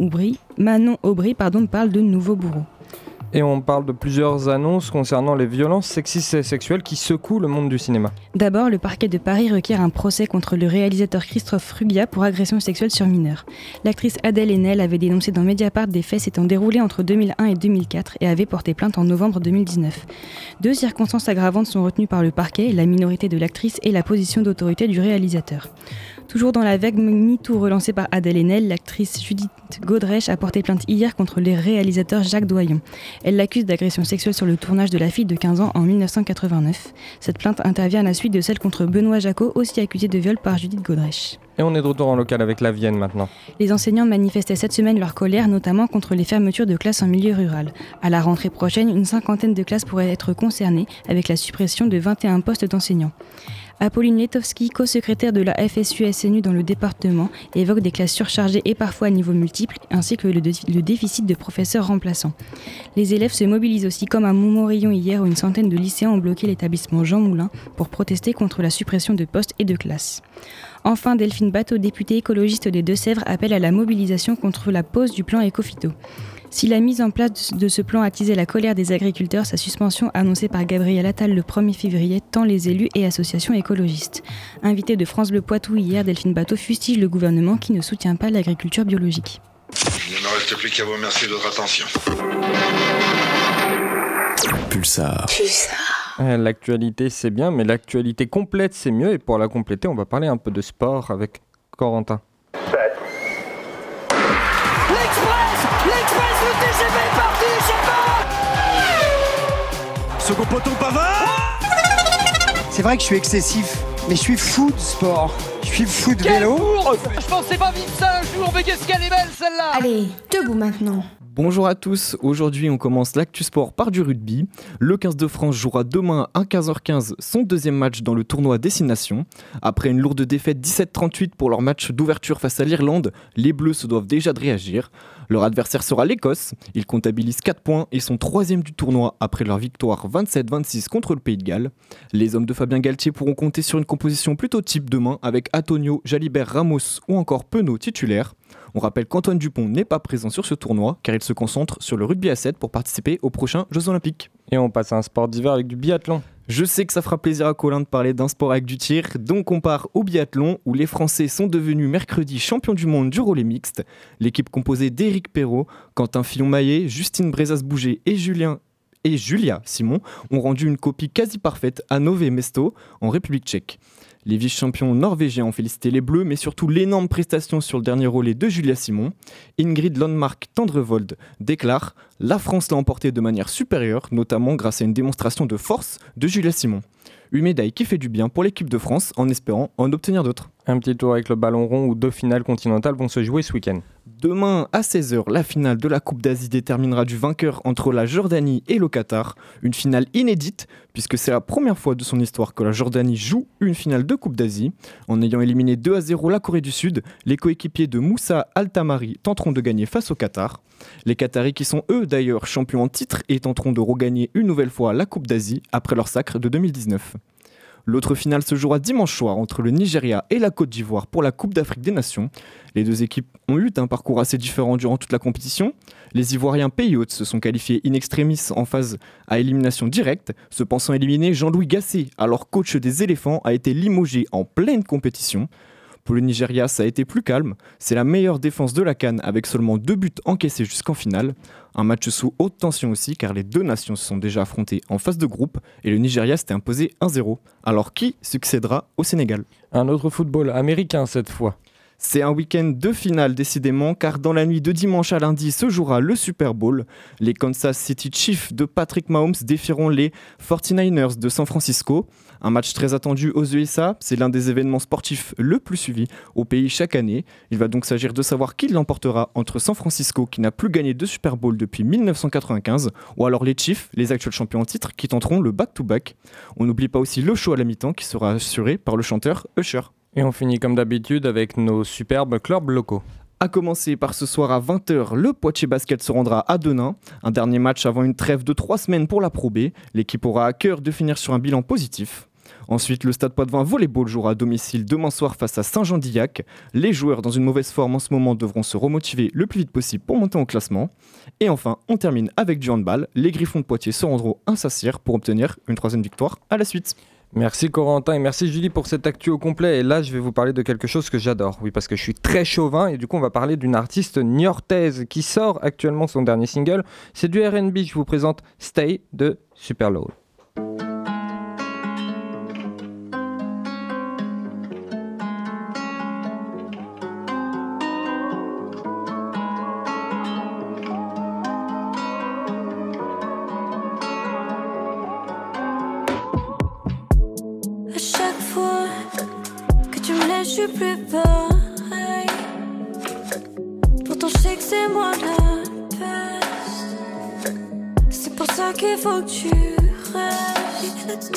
Aubry parle de nouveaux bourreaux. Et on parle de plusieurs annonces concernant les violences sexistes et sexuelles qui secouent le monde du cinéma. D'abord, le parquet de Paris requiert un procès contre le réalisateur Christophe Frugia pour agression sexuelle sur mineurs. L'actrice Adèle Haenel avait dénoncé dans Mediapart des faits s'étant déroulés entre 2001 et 2004 et avait porté plainte en novembre 2019. 2 circonstances aggravantes sont retenues par le parquet, la minorité de l'actrice et la position d'autorité du réalisateur. Toujours dans la vague MeToo relancée par Adèle Haenel, l'actrice Judith Godrèche a porté plainte hier contre le réalisateur Jacques Doyon. Elle l'accuse d'agression sexuelle sur le tournage de La fille de 15 ans en 1989. Cette plainte intervient à la suite de celle contre Benoît Jacot, aussi accusé de viol par Judith Godrèche. Et on est de retour en local avec la Vienne maintenant. Les enseignants manifestaient cette semaine leur colère, notamment contre les fermetures de classes en milieu rural. À la rentrée prochaine, une 50aine de classes pourraient être concernées avec la suppression de 21 postes d'enseignants. Apolline Letowski, co-secrétaire de la FSU-SNU dans le département, évoque des classes surchargées et parfois à niveau multiple, ainsi que le déficit de professeurs remplaçants. Les élèves se mobilisent aussi comme à Montmorillon hier où une centaine de lycéens ont bloqué l'établissement Jean Moulin pour protester contre la suppression de postes et de classes. Enfin, Delphine Batho, députée écologiste des Deux-Sèvres, appelle à la mobilisation contre la pause du plan Écophyto. Si la mise en place de ce plan attisait la colère des agriculteurs, sa suspension annoncée par Gabriel Attal le 1er février tend les élus et associations écologistes. Invitée de France Bleu Poitou hier, Delphine Batho fustige le gouvernement qui ne soutient pas l'agriculture biologique. Il ne me reste plus qu'à vous remercier de votre attention. Pulsar. L'actualité c'est bien, mais l'actualité complète c'est mieux. Et pour la compléter, on va parler un peu de sport avec Corentin. L'Express, le TGV est parti, Second poteau Pavard. C'est vrai que je suis excessif, mais je suis fou de sport. Je suis fou de vélo. Je pensais pas vivre ça un jour, mais qu'est-ce qu'elle est belle celle-là. Allez, debout maintenant. Bonjour à tous, aujourd'hui on commence l'actu sport par du rugby. Le 15 de France jouera demain à 15h15 son deuxième match dans le tournoi Destination. Après une lourde défaite 17-38 pour leur match d'ouverture face à l'Irlande, les Bleus se doivent déjà de réagir. Leur adversaire sera l'Écosse, ils comptabilisent 4 points et sont 3e du tournoi après leur victoire 27-26 contre le Pays de Galles. Les hommes de Fabien Galtier pourront compter sur une composition plutôt type demain avec Antonio, Jalibert, Ramos ou encore Penaud titulaires. On rappelle qu'Antoine Dupont n'est pas présent sur ce tournoi car il se concentre sur le rugby à 7 pour participer aux prochains Jeux Olympiques. Et on passe à un sport d'hiver avec du biathlon. Je sais que ça fera plaisir à Colin de parler d'un sport avec du tir, donc on part au biathlon où les Français sont devenus mercredi champions du monde du relais mixte. L'équipe composée d'Éric Perrault, Quentin Fillon-Maillet, Justine Brezas-Bouget et Julia Simon ont rendu une copie quasi parfaite à Nové Mesto en République tchèque. Les vice-champions norvégiens ont félicité les Bleus, mais surtout l'énorme prestation sur le dernier relais de Julia Simon. Ingrid Landmark-Tendrevold déclare « La France l'a emporté de manière supérieure, notamment grâce à une démonstration de force de Julia Simon ». Une médaille qui fait du bien pour l'équipe de France en espérant en obtenir d'autres. Un petit tour avec le ballon rond où 2 finales continentales vont se jouer ce week-end. Demain à 16h, la finale de la Coupe d'Asie déterminera du vainqueur entre la Jordanie et le Qatar. Une finale inédite puisque c'est la première fois de son histoire que la Jordanie joue une finale de Coupe d'Asie. En ayant éliminé 2-0 la Corée du Sud, les coéquipiers de Moussa Al-Tamari tenteront de gagner face au Qatar. Les Qataris qui sont eux d'ailleurs champions en titre et tenteront de regagner une nouvelle fois la Coupe d'Asie après leur sacre de 2019. L'autre finale se jouera dimanche soir entre le Nigeria et la Côte d'Ivoire pour la Coupe d'Afrique des Nations. Les deux équipes ont eu un parcours assez différent durant toute la compétition. Les Ivoiriens pays hôtes se sont qualifiés in extremis en phase à élimination directe. Se pensant éliminé, Jean-Louis Gasset, alors coach des éléphants, a été limogé en pleine compétition. Pour le Nigeria, ça a été plus calme. C'est la meilleure défense de la CAN avec seulement 2 buts encaissés jusqu'en finale. Un match sous haute tension aussi car les deux nations se sont déjà affrontées en phase de groupe et le Nigeria s'était imposé 1-0. Alors qui succédera au Sénégal ? Un autre football américain cette fois. C'est un week-end de finale décidément, car dans la nuit de dimanche à lundi se jouera le Super Bowl. Les Kansas City Chiefs de Patrick Mahomes défieront les 49ers de San Francisco. Un match très attendu aux USA, c'est l'un des événements sportifs le plus suivi au pays chaque année. Il va donc s'agir de savoir qui l'emportera entre San Francisco, qui n'a plus gagné de Super Bowl depuis 1995, ou alors les Chiefs, les actuels champions en titre, qui tenteront le back-to-back. On n'oublie pas aussi le show à la mi-temps qui sera assuré par le chanteur Usher. Et on finit comme d'habitude avec nos superbes clubs locaux. A commencer par ce soir à 20h, le Poitiers Basket se rendra à Denain. Un dernier match avant une trêve de 3 semaines pour la Pro B. L'équipe aura à cœur de finir sur un bilan positif. Ensuite, le Stade Poitvin Volleyball jouera à domicile demain soir face à Saint-Jean-d'Illac. Les joueurs dans une mauvaise forme en ce moment devront se remotiver le plus vite possible pour monter en classement. Et enfin, on termine avec du handball. Les Griffons de Poitiers se rendront à Saint-Cyr pour obtenir une 3e victoire à la suite. Merci Corentin et merci Julie pour cette actu au complet. Et là, je vais vous parler de quelque chose que j'adore. Oui, parce que je suis très chauvin et du coup, on va parler d'une artiste niortaise qui sort actuellement son dernier single. C'est du R&B. Je vous présente Stay de Superload. Je suis plus pareil. Pourtant je sais que c'est moi la peste. C'est pour ça qu'il faut que tu restes.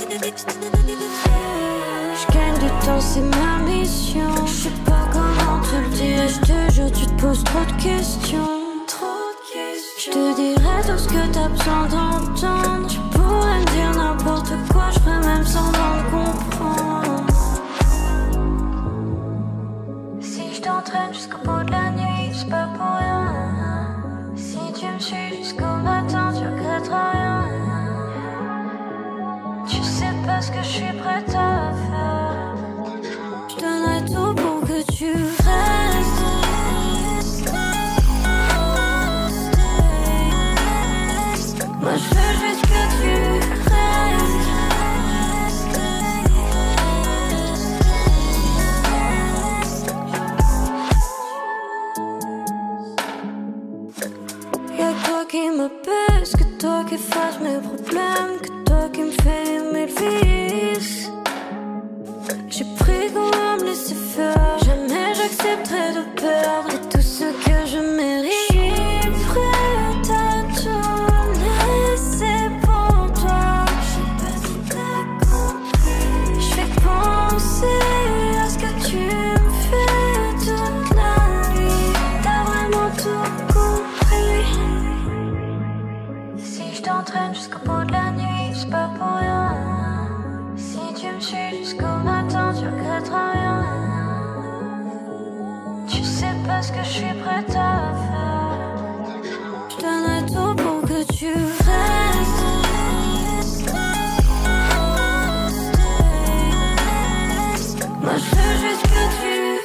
Je gagne du temps, c'est ma mission. Je sais pas comment te le dire. Je te jure, tu te poses trop de questions. Je te dirai tout ce que t'as besoin d'entendre. Tu pourrais me dire n'importe quoi, je ferais même semblant de comprendre. Je t'entraîne jusqu'au bout de la nuit, c'est pas pour rien. Si tu me suis jusqu'au matin, tu regretteras rien. Tu sais pas ce que je suis prête à faire. Je donnerai tout pour que tu restes. Moi je veux juste que tu restes. Qui m'apaise, que toi qui efface mes problèmes, que toi qui me fais aimer le vice. J'ai pris goût à me laisser faire, jamais j'accepterai de perdre tout ce que je mérite. Je suis prête à tout laisser pour toi. Je sais pas si t'as compris. Je vais penser à ce que tu me fais toute la nuit. T'as vraiment tout compris. Je t'entraîne jusqu'au bout de la nuit, c'est pas pour rien. Si tu me suis jusqu'au matin, tu regretteras rien. Tu sais pas ce que je suis prête à faire. Je donnerai tout pour que tu restes. Moi je veux juste que tu restes.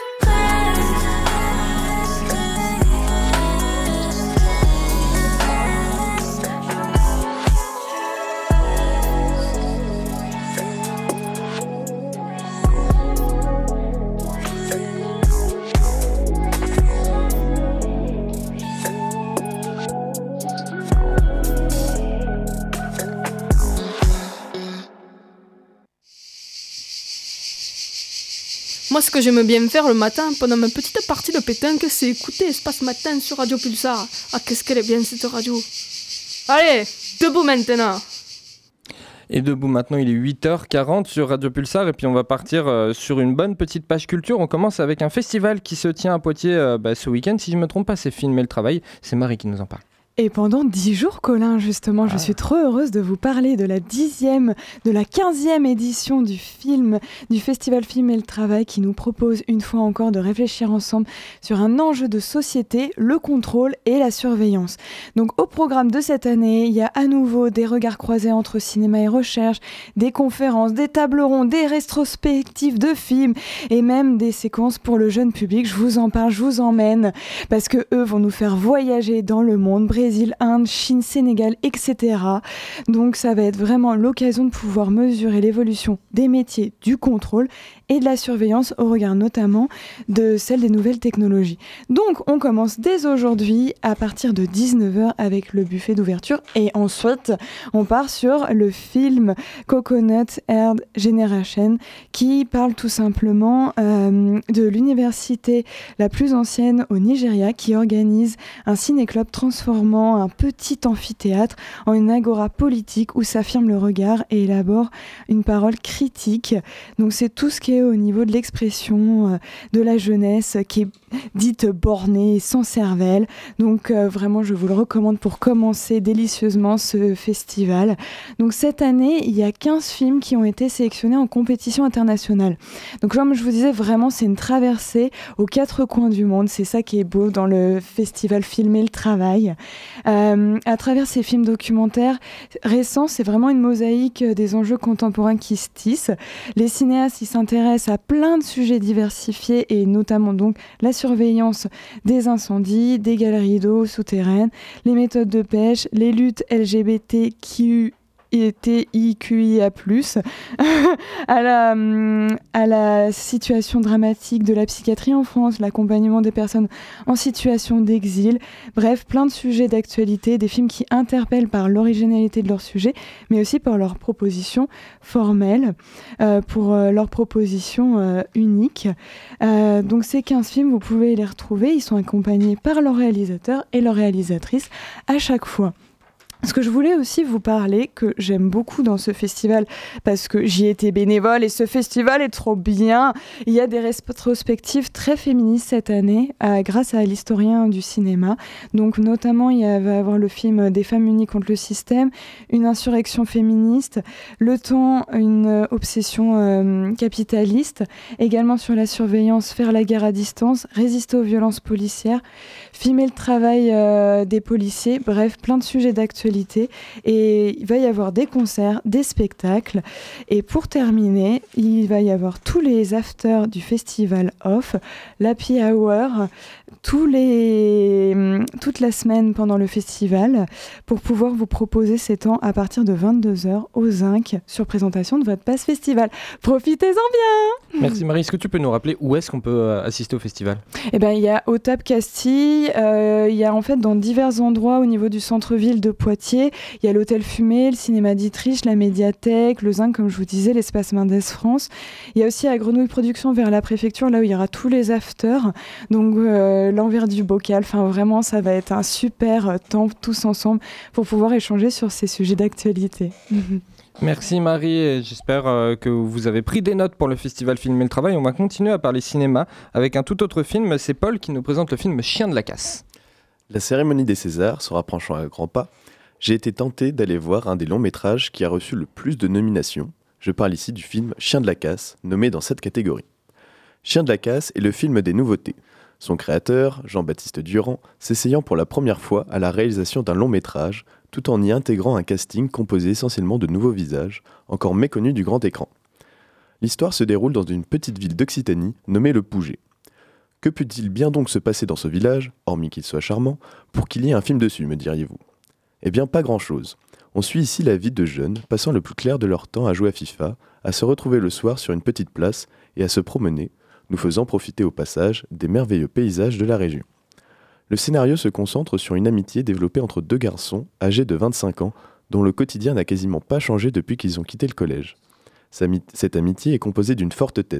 Moi, ce que j'aime bien faire le matin, pendant ma petite partie de pétanque, c'est écouter Espace Matin sur Radio Pulsar. Ah, qu'est-ce qu'elle est bien, cette radio. Allez, debout maintenant. Et debout maintenant, il est 8h40 sur Radio Pulsar et puis on va partir sur une bonne petite page culture. On commence avec un festival qui se tient à Poitiers ce week-end. Si je ne me trompe pas, c'est Filmer le Travail. C'est Marie qui nous en parle. Et pendant 10 jours, Colin, justement, je suis trop heureuse de vous parler de la 15e édition du Festival Filmer le Travail qui nous propose une fois encore de réfléchir ensemble sur un enjeu de société, le contrôle et la surveillance. Donc au programme de cette année, il y a à nouveau des regards croisés entre cinéma et recherche, des conférences, des tables rondes, des rétrospectives de films et même des séquences pour le jeune public. Je vous en parle, je vous emmène parce que eux vont nous faire voyager dans le monde, Brésil, Inde, Chine, Sénégal, etc. Donc ça va être vraiment l'occasion de pouvoir mesurer l'évolution des métiers du contrôle et de la surveillance au regard notamment de celle des nouvelles technologies. Donc on commence dès aujourd'hui à partir de 19h avec le buffet d'ouverture et ensuite on part sur le film Coconut Head Generation qui parle tout simplement de l'université la plus ancienne au Nigeria qui organise un ciné-club transformant un petit amphithéâtre en une agora politique où s'affirme le regard et élabore une parole critique. Donc c'est tout ce qui est au niveau de l'expression de la jeunesse qui est dite bornée, sans cervelle. Donc vraiment je vous le recommande pour commencer délicieusement ce festival. Donc cette année il y a 15 films qui ont été sélectionnés en compétition internationale. Donc comme je vous disais vraiment c'est une traversée aux quatre coins du monde. C'est ça qui est beau dans le festival Filmer le Travail. À travers ces films documentaires récents, c'est vraiment une mosaïque des enjeux contemporains qui se tissent. Les cinéastes ils s'intéressent à plein de sujets diversifiés et notamment donc la surveillance des incendies, des galeries d'eau souterraines, les méthodes de pêche, les luttes LGBTQIA+, à la situation dramatique de la psychiatrie en France, l'accompagnement des personnes en situation d'exil, bref, plein de sujets d'actualité, des films qui interpellent par l'originalité de leur sujet, mais aussi par leurs propositions formelles, pour leurs propositions uniques. Donc ces 15 films, vous pouvez les retrouver, ils sont accompagnés par leur réalisateur et leur réalisatrice à chaque fois. Ce que je voulais aussi vous parler, que j'aime beaucoup dans ce festival, parce que j'y étais bénévole et ce festival est trop bien. Il y a des rétrospectives très féministes cette année, grâce à l'historien du cinéma. Donc notamment, il va y avoir le film Des femmes unies contre le système, une insurrection féministe, Le temps, une obsession capitaliste, également sur la surveillance, faire la guerre à distance, résister aux violences policières, filmer le travail des policiers, bref, plein de sujets d'actualité. Et il va y avoir des concerts, des spectacles. Et pour terminer, il va y avoir tous les afters du festival off, l'happy hour, toute la semaine pendant le festival, pour pouvoir vous proposer ces temps à partir de 22h au Zinc sur présentation de votre passe festival. Profitez-en bien. Merci Marie. Est-ce que tu peux nous rappeler où est-ce qu'on peut assister au festival ? Eh ben, il y a au Tap Castille, il y a en fait dans divers endroits au niveau du centre-ville de Poitiers. Il y a l'Hôtel Fumé, le Cinéma d'Ittrich, la médiathèque, le Zinc, comme je vous disais, l'Espace Mendès France. Il y a aussi à Grenouille Production vers la préfecture, là où il y aura tous les afters. Donc l'envers du bocal, enfin vraiment, ça va être un super temps tous ensemble pour pouvoir échanger sur ces sujets d'actualité. Merci Marie, et j'espère que vous avez pris des notes pour le festival Filmer le Travail. On va continuer à parler cinéma avec un tout autre film. C'est Paul qui nous présente le film Chien de la casse. La cérémonie des Césars se rapprochant à grands pas, j'ai été tenté d'aller voir un des longs métrages qui a reçu le plus de nominations. Je parle ici du film Chien de la casse, nommé dans cette catégorie. Chien de la casse est le film des nouveautés. Son créateur, Jean-Baptiste Durand, s'essayant pour la première fois à la réalisation d'un long métrage, tout en y intégrant un casting composé essentiellement de nouveaux visages, encore méconnus du grand écran. L'histoire se déroule dans une petite ville d'Occitanie nommée Le Pouget. Que peut-il bien donc se passer dans ce village, hormis qu'il soit charmant, pour qu'il y ait un film dessus, me diriez-vous ? Eh bien, pas grand-chose. On suit ici la vie de jeunes, passant le plus clair de leur temps à jouer à FIFA, à se retrouver le soir sur une petite place et à se promener, nous faisant profiter au passage des merveilleux paysages de la région. Le scénario se concentre sur une amitié développée entre deux garçons, âgés de 25 ans, dont le quotidien n'a quasiment pas changé depuis qu'ils ont quitté le collège. Cette amitié est composée d'une forte tête,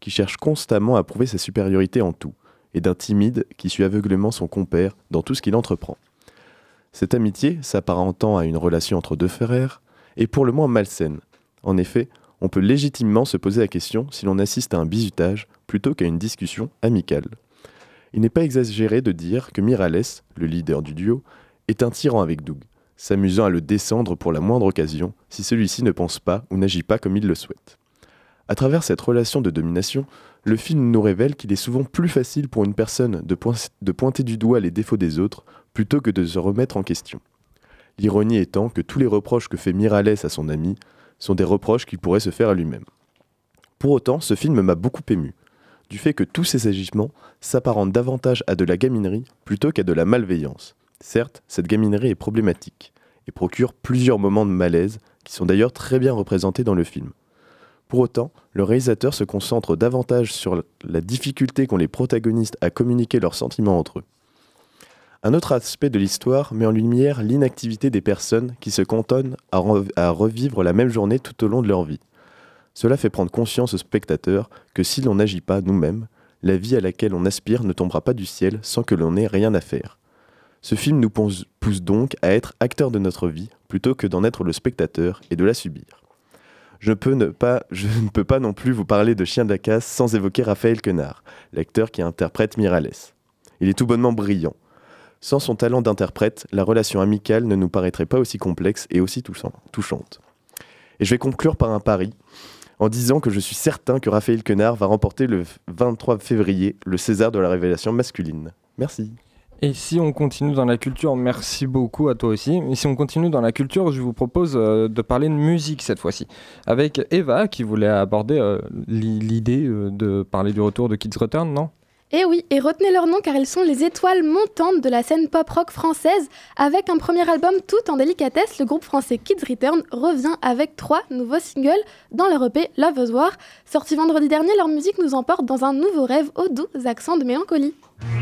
qui cherche constamment à prouver sa supériorité en tout, et d'un timide qui suit aveuglément son compère dans tout ce qu'il entreprend. Cette amitié, s'apparentant à une relation entre deux frères, est pour le moins malsaine. En effet, on peut légitimement se poser la question si l'on assiste à un bizutage plutôt qu'à une discussion amicale. Il n'est pas exagéré de dire que Miralles, le leader du duo, est un tyran avec Doug, s'amusant à le descendre pour la moindre occasion si celui-ci ne pense pas ou n'agit pas comme il le souhaite. À travers cette relation de domination, le film nous révèle qu'il est souvent plus facile pour une personne de pointer du doigt les défauts des autres plutôt que de se remettre en question. L'ironie étant que tous les reproches que fait Miralles à son ami sont des reproches qu'il pourrait se faire à lui-même. Pour autant, ce film m'a beaucoup ému, du fait que tous ces agissements s'apparentent davantage à de la gaminerie plutôt qu'à de la malveillance. Certes, cette gaminerie est problématique et procure plusieurs moments de malaise qui sont d'ailleurs très bien représentés dans le film. Pour autant, le réalisateur se concentre davantage sur la difficulté qu'ont les protagonistes à communiquer leurs sentiments entre eux. Un autre aspect de l'histoire met en lumière l'inactivité des personnes qui se cantonnent à revivre la même journée tout au long de leur vie. Cela fait prendre conscience au spectateur que si l'on n'agit pas nous-mêmes, la vie à laquelle on aspire ne tombera pas du ciel sans que l'on ait rien à faire. Ce film nous pousse donc à être acteurs de notre vie plutôt que d'en être le spectateur et de la subir. Je ne peux pas non plus vous parler de Chien de la Casse sans évoquer Raphaël Quenard, l'acteur qui interprète Miralles. Il est tout bonnement brillant. Sans son talent d'interprète, la relation amicale ne nous paraîtrait pas aussi complexe et aussi touchante. Et je vais conclure par un pari, en disant que je suis certain que Raphaël Quenard va remporter le 23 février le César de la révélation masculine. Merci. Et si on continue dans la culture, merci beaucoup à toi aussi. Et si on continue dans la culture, je vous propose de parler de musique cette fois-ci. Avec Eva qui voulait aborder l'idée de parler du retour de Kids Return, non ? Et oui, et retenez leur nom car elles sont les étoiles montantes de la scène pop-rock française. Avec un premier album tout en délicatesse, le groupe français Kids Return revient avec 3 nouveaux singles dans leur EP Love Us War. Sorti vendredi dernier, leur musique nous emporte dans un nouveau rêve aux doux accents de mélancolie.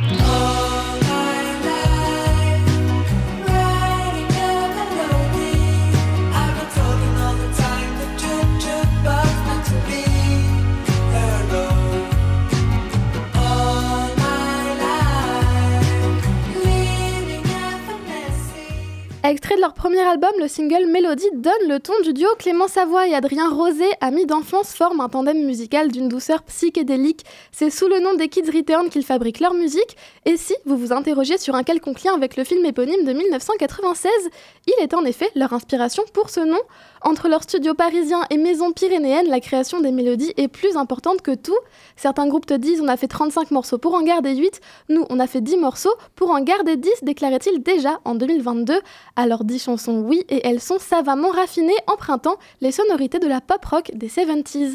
Extrait de leur premier album, le single Mélodie donne le ton du duo Clément Savoie et Adrien Rosé, amis d'enfance, forment un tandem musical d'une douceur psychédélique. C'est sous le nom des Kids Return qu'ils fabriquent leur musique. Et si vous vous interrogez sur un quelconque lien avec le film éponyme de 1996, il est en effet leur inspiration pour ce nom. Entre leurs studios parisiens et maisons pyrénéennes, la création des mélodies est plus importante que tout. Certains groupes te disent on a fait 35 morceaux pour en garder 8, nous on a fait 10 morceaux pour en garder 10, déclarait-il déjà en 2022. Alors 10 chansons oui, et elles sont savamment raffinées, empruntant les sonorités de la pop rock des 70s.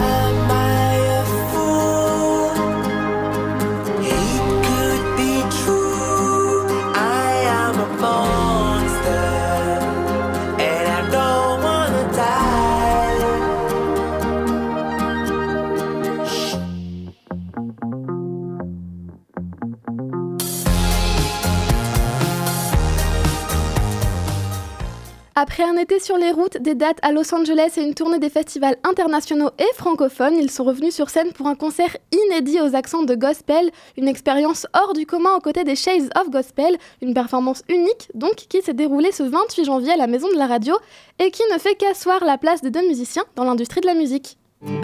Après un été sur les routes, des dates à Los Angeles et une tournée des festivals internationaux et francophones, ils sont revenus sur scène pour un concert inédit aux accents de gospel, une expérience hors du commun aux côtés des Shades of Gospel, une performance unique donc qui s'est déroulée ce 28 janvier à la Maison de la Radio et qui ne fait qu'asseoir la place des 2 musiciens dans l'industrie de la musique.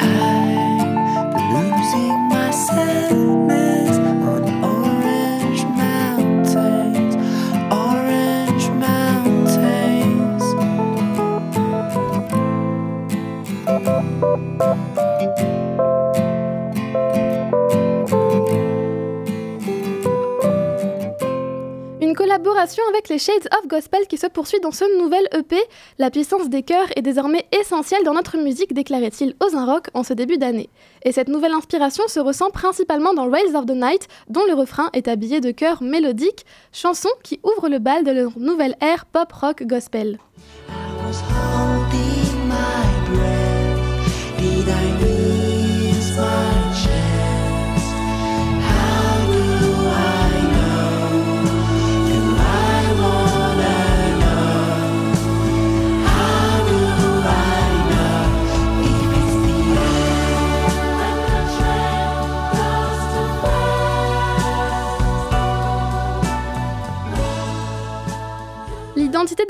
Une collaboration avec les Shades of Gospel qui se poursuit dans ce nouvel EP. La puissance des chœurs est désormais essentielle dans notre musique, déclarait-il aux Rock en ce début d'année. Et cette nouvelle inspiration se ressent principalement dans Rails of the Night, dont le refrain est habillé de chœurs mélodiques, chanson qui ouvre le bal de leur nouvelle ère pop-rock gospel.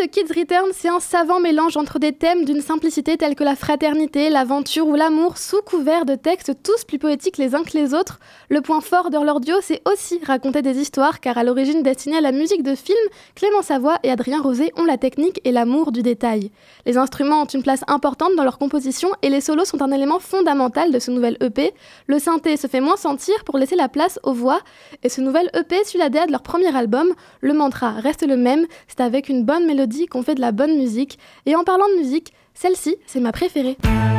Kids Return, c'est un savant mélange entre des thèmes d'une simplicité telle que la fraternité, l'aventure ou l'amour, sous couvert de textes tous plus poétiques les uns que les autres. Le point fort de leur duo, c'est aussi raconter des histoires, car à l'origine destinée à la musique de film, Clément Savoie et Adrien Rosé ont la technique et l'amour du détail. Les instruments ont une place importante dans leur composition et les solos sont un élément fondamental de ce nouvel EP. Le synthé se fait moins sentir pour laisser la place aux voix, et ce nouvel EP suit la DA de leur premier album. Le mantra reste le même, c'est avec une bonne mélodie qu'on fait de la bonne musique. Et en parlant de musique, celle-ci, c'est ma préférée.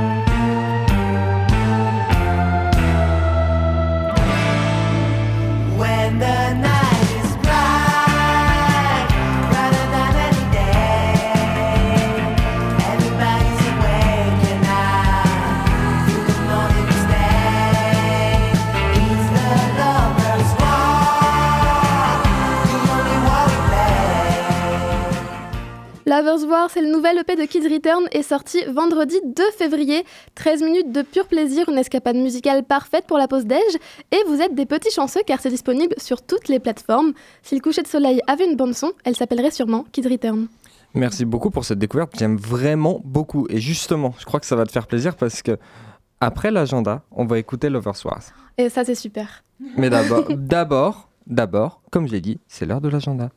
When the night is bright, brighter than any day, everybody's awake now, through the morning's day. It's the lover's war, the only war we play. Lovers War, c'est le nouvel EP de Kids Return et sorti vendredi 2 février. 13 minutes de pur plaisir, une escapade musicale parfaite pour la pause déj. Et vous êtes des petits chanceux car c'est disponible sur toutes les plateformes. Si le coucher de soleil avait une bande-son, elle s'appellerait sûrement Kids Return. Merci beaucoup pour cette découverte, j'aime vraiment beaucoup. Et justement, je crois que ça va te faire plaisir parce que après l'agenda, on va écouter Lovers War. Et ça, c'est super. Mais d'abord, comme je l'ai dit, c'est l'heure de l'agenda.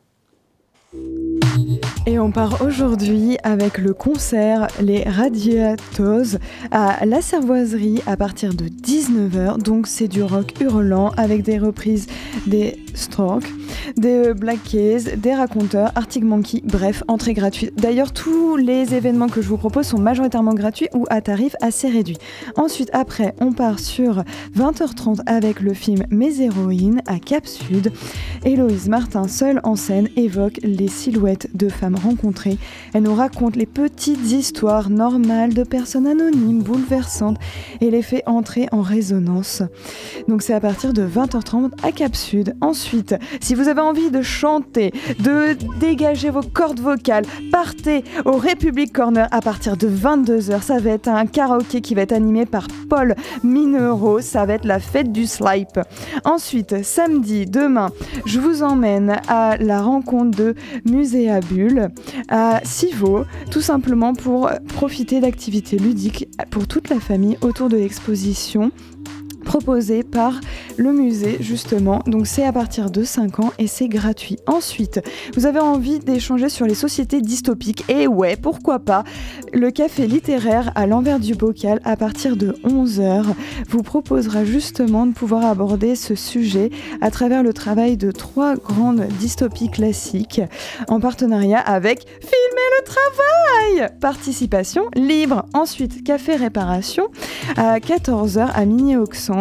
Et on part aujourd'hui avec le concert Les Radiatos à la Cervoiserie à partir de 19h. Donc c'est du rock hurlant avec des reprises des Strokes, des Black Keys, des Raconteurs, Arctic Monkey, bref, entrée gratuite. D'ailleurs, tous les événements que je vous propose sont majoritairement gratuits ou à tarif assez réduit. Ensuite, après, on part sur 20h30 avec le film Mes héroïnes à Cap Sud. Héloïse Martin, seule en scène, évoque les silhouettes de femmes rencontrées. Elle nous raconte les petites histoires normales de personnes anonymes, bouleversantes, et les fait entrer en résonance. Donc c'est à partir de 20h30 à Cap Sud. Ensuite, si vous avez envie de chanter, de dégager vos cordes vocales, partez au République Corner à partir de 22h. Ça va être un karaoké qui va être animé par Paul Mineiro. Ça va être la fête du slip. Ensuite, samedi, demain, je vous emmène à la rencontre de Muséa Bulle à Civaux, tout simplement pour profiter d'activités ludiques pour toute la famille autour de l'exposition proposé par le musée justement, donc c'est à partir de 5 ans et c'est gratuit. Ensuite, vous avez envie d'échanger sur les sociétés dystopiques, et ouais, pourquoi pas, le café littéraire à l'envers du bocal à partir de 11h vous proposera justement de pouvoir aborder ce sujet à travers le travail de 3 grandes dystopies classiques en partenariat avec Filmer le Travail, participation libre. Ensuite, café réparation à 14h à Mini-Auxence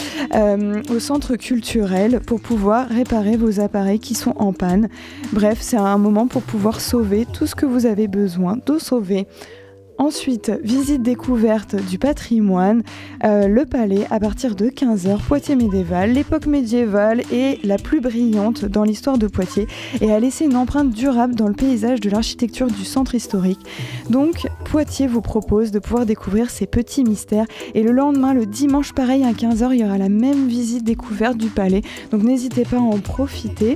au centre culturel pour pouvoir réparer vos appareils qui sont en panne. Bref, c'est un moment pour pouvoir sauver tout ce que vous avez besoin de sauver. Ensuite, visite découverte du patrimoine, le palais à partir de 15h, Poitiers médiéval, l'époque médiévale est la plus brillante dans l'histoire de Poitiers et a laissé une empreinte durable dans le paysage de l'architecture du centre historique. Donc, Poitiers vous propose de pouvoir découvrir ces petits mystères et le lendemain, le dimanche pareil à 15h, il y aura la même visite découverte du palais. Donc n'hésitez pas à en profiter.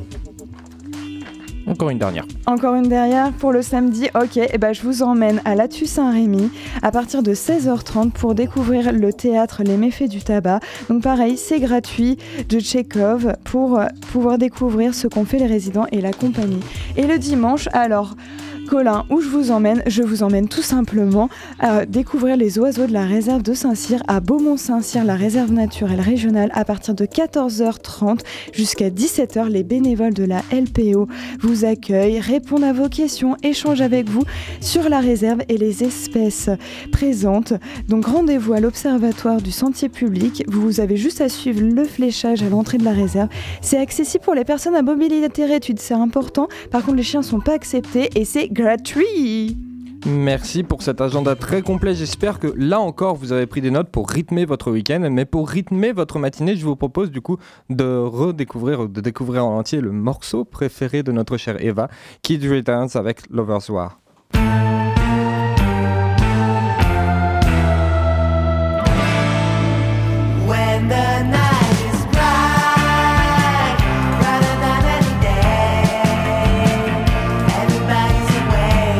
Encore une dernière. Encore une dernière pour le samedi. Ok, et je vous emmène à l'Atu Saint-Rémy à partir de 16h30 pour découvrir le théâtre Les Méfaits du tabac. Donc pareil, c'est gratuit, de Tchekhov pour pouvoir découvrir ce qu'ont fait les résidents et la compagnie. Et le dimanche, alors Colin, où je vous emmène tout simplement à découvrir les oiseaux de la réserve de Saint-Cyr à Beaumont-Saint-Cyr, la réserve naturelle régionale, à partir de 14h30 jusqu'à 17h. Les bénévoles de la LPO vous accueillent, répondent à vos questions, échangent avec vous sur la réserve et les espèces présentes. Donc rendez-vous à l'observatoire du sentier public. Vous avez juste à suivre le fléchage à l'entrée de la réserve. C'est accessible pour les personnes à mobilité réduite, c'est important. Par contre, les chiens ne sont pas acceptés et c'est gratuit. Merci pour cet agenda très complet. J'espère que là encore vous avez pris des notes pour rythmer votre week-end. Mais pour rythmer votre matinée, je vous propose du coup de découvrir en entier le morceau préféré de notre chère Eva, Kids Returns avec Lovers War. When the night is bright, brighter than any day, everybody's awake.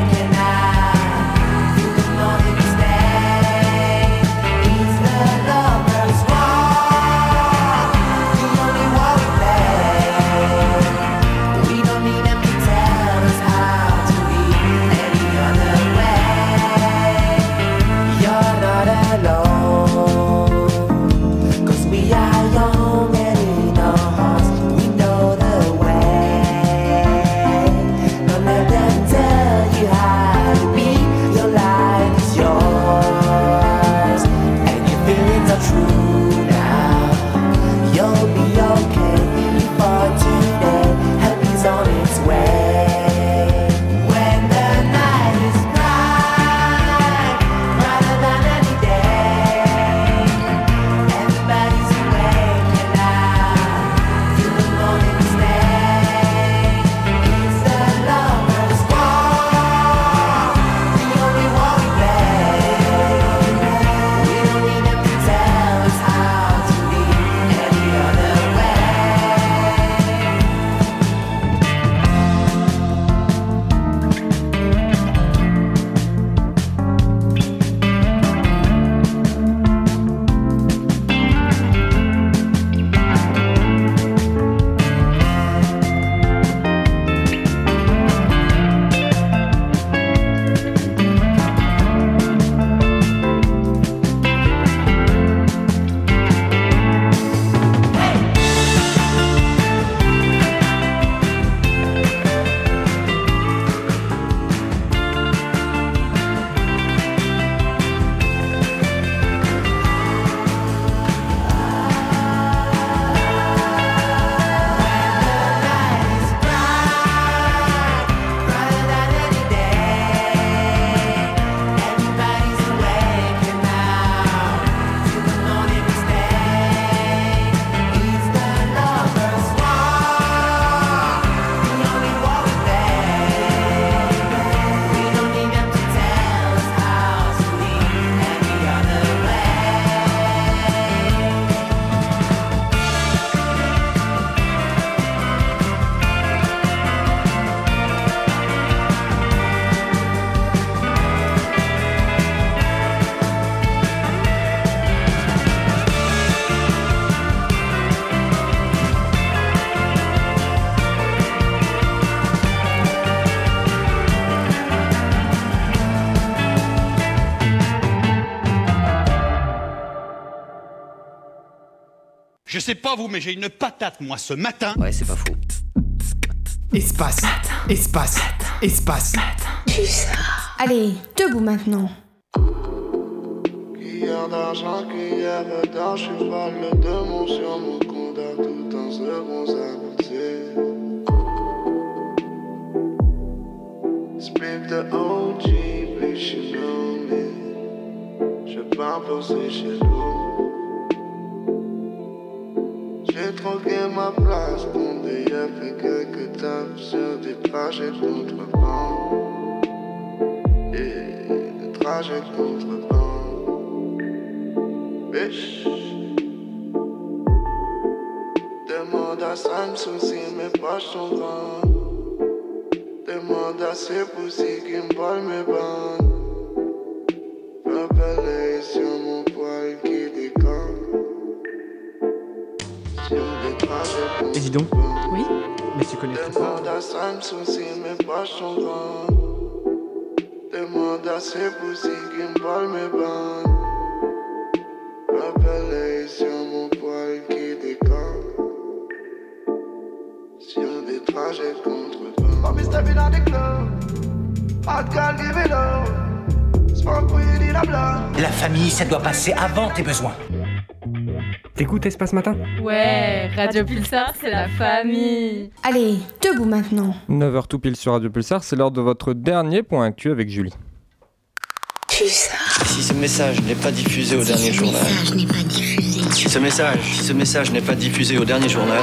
Je sais pas vous, mais j'ai une patate, moi, ce matin. Ouais, c'est pas faux. Espace, espace, espace. Allez, debout maintenant. Cuillère d'argent, cuillère d'or, je suis le démon sur mon compte à tout en secondes avancées. Speak the OG, bitch, you know me. Je pars poser chez l'eau. J'ai troqué ma place contre des yeux, fait quelques tapes sur des trajets de contrebande. Et des trajets de contrebande. Bitch. Demande à Sam souci, mes poches sont grandes. Demande à ces poussées qui me volent mes bandes. Rappelez sur mon poil qui déconne. Sur des trajets. Et dis donc. Oui. Mais tu connais pas. Demande à Sam souci, mes poches sont grandes. Demande à ces poussées qui me volent mes bandes. Rappelez sur mon poil qui déconne. Sur des trajets contre vent. Oh, me stepping on the club. Hot girl, give it up. Smoke weed in a blunt. La famille, ça doit passer avant tes besoins. T'écoutes Espace Matin ? Ouais, Radio Pulsar, c'est la famille. Allez, debout maintenant. 9h tout pile sur Radio Pulsar, c'est l'heure de votre dernier point actu avec Julie. Pulsar. Si ce message n'est pas diffusé au dernier journal. Si ce message n'est pas diffusé au dernier journal.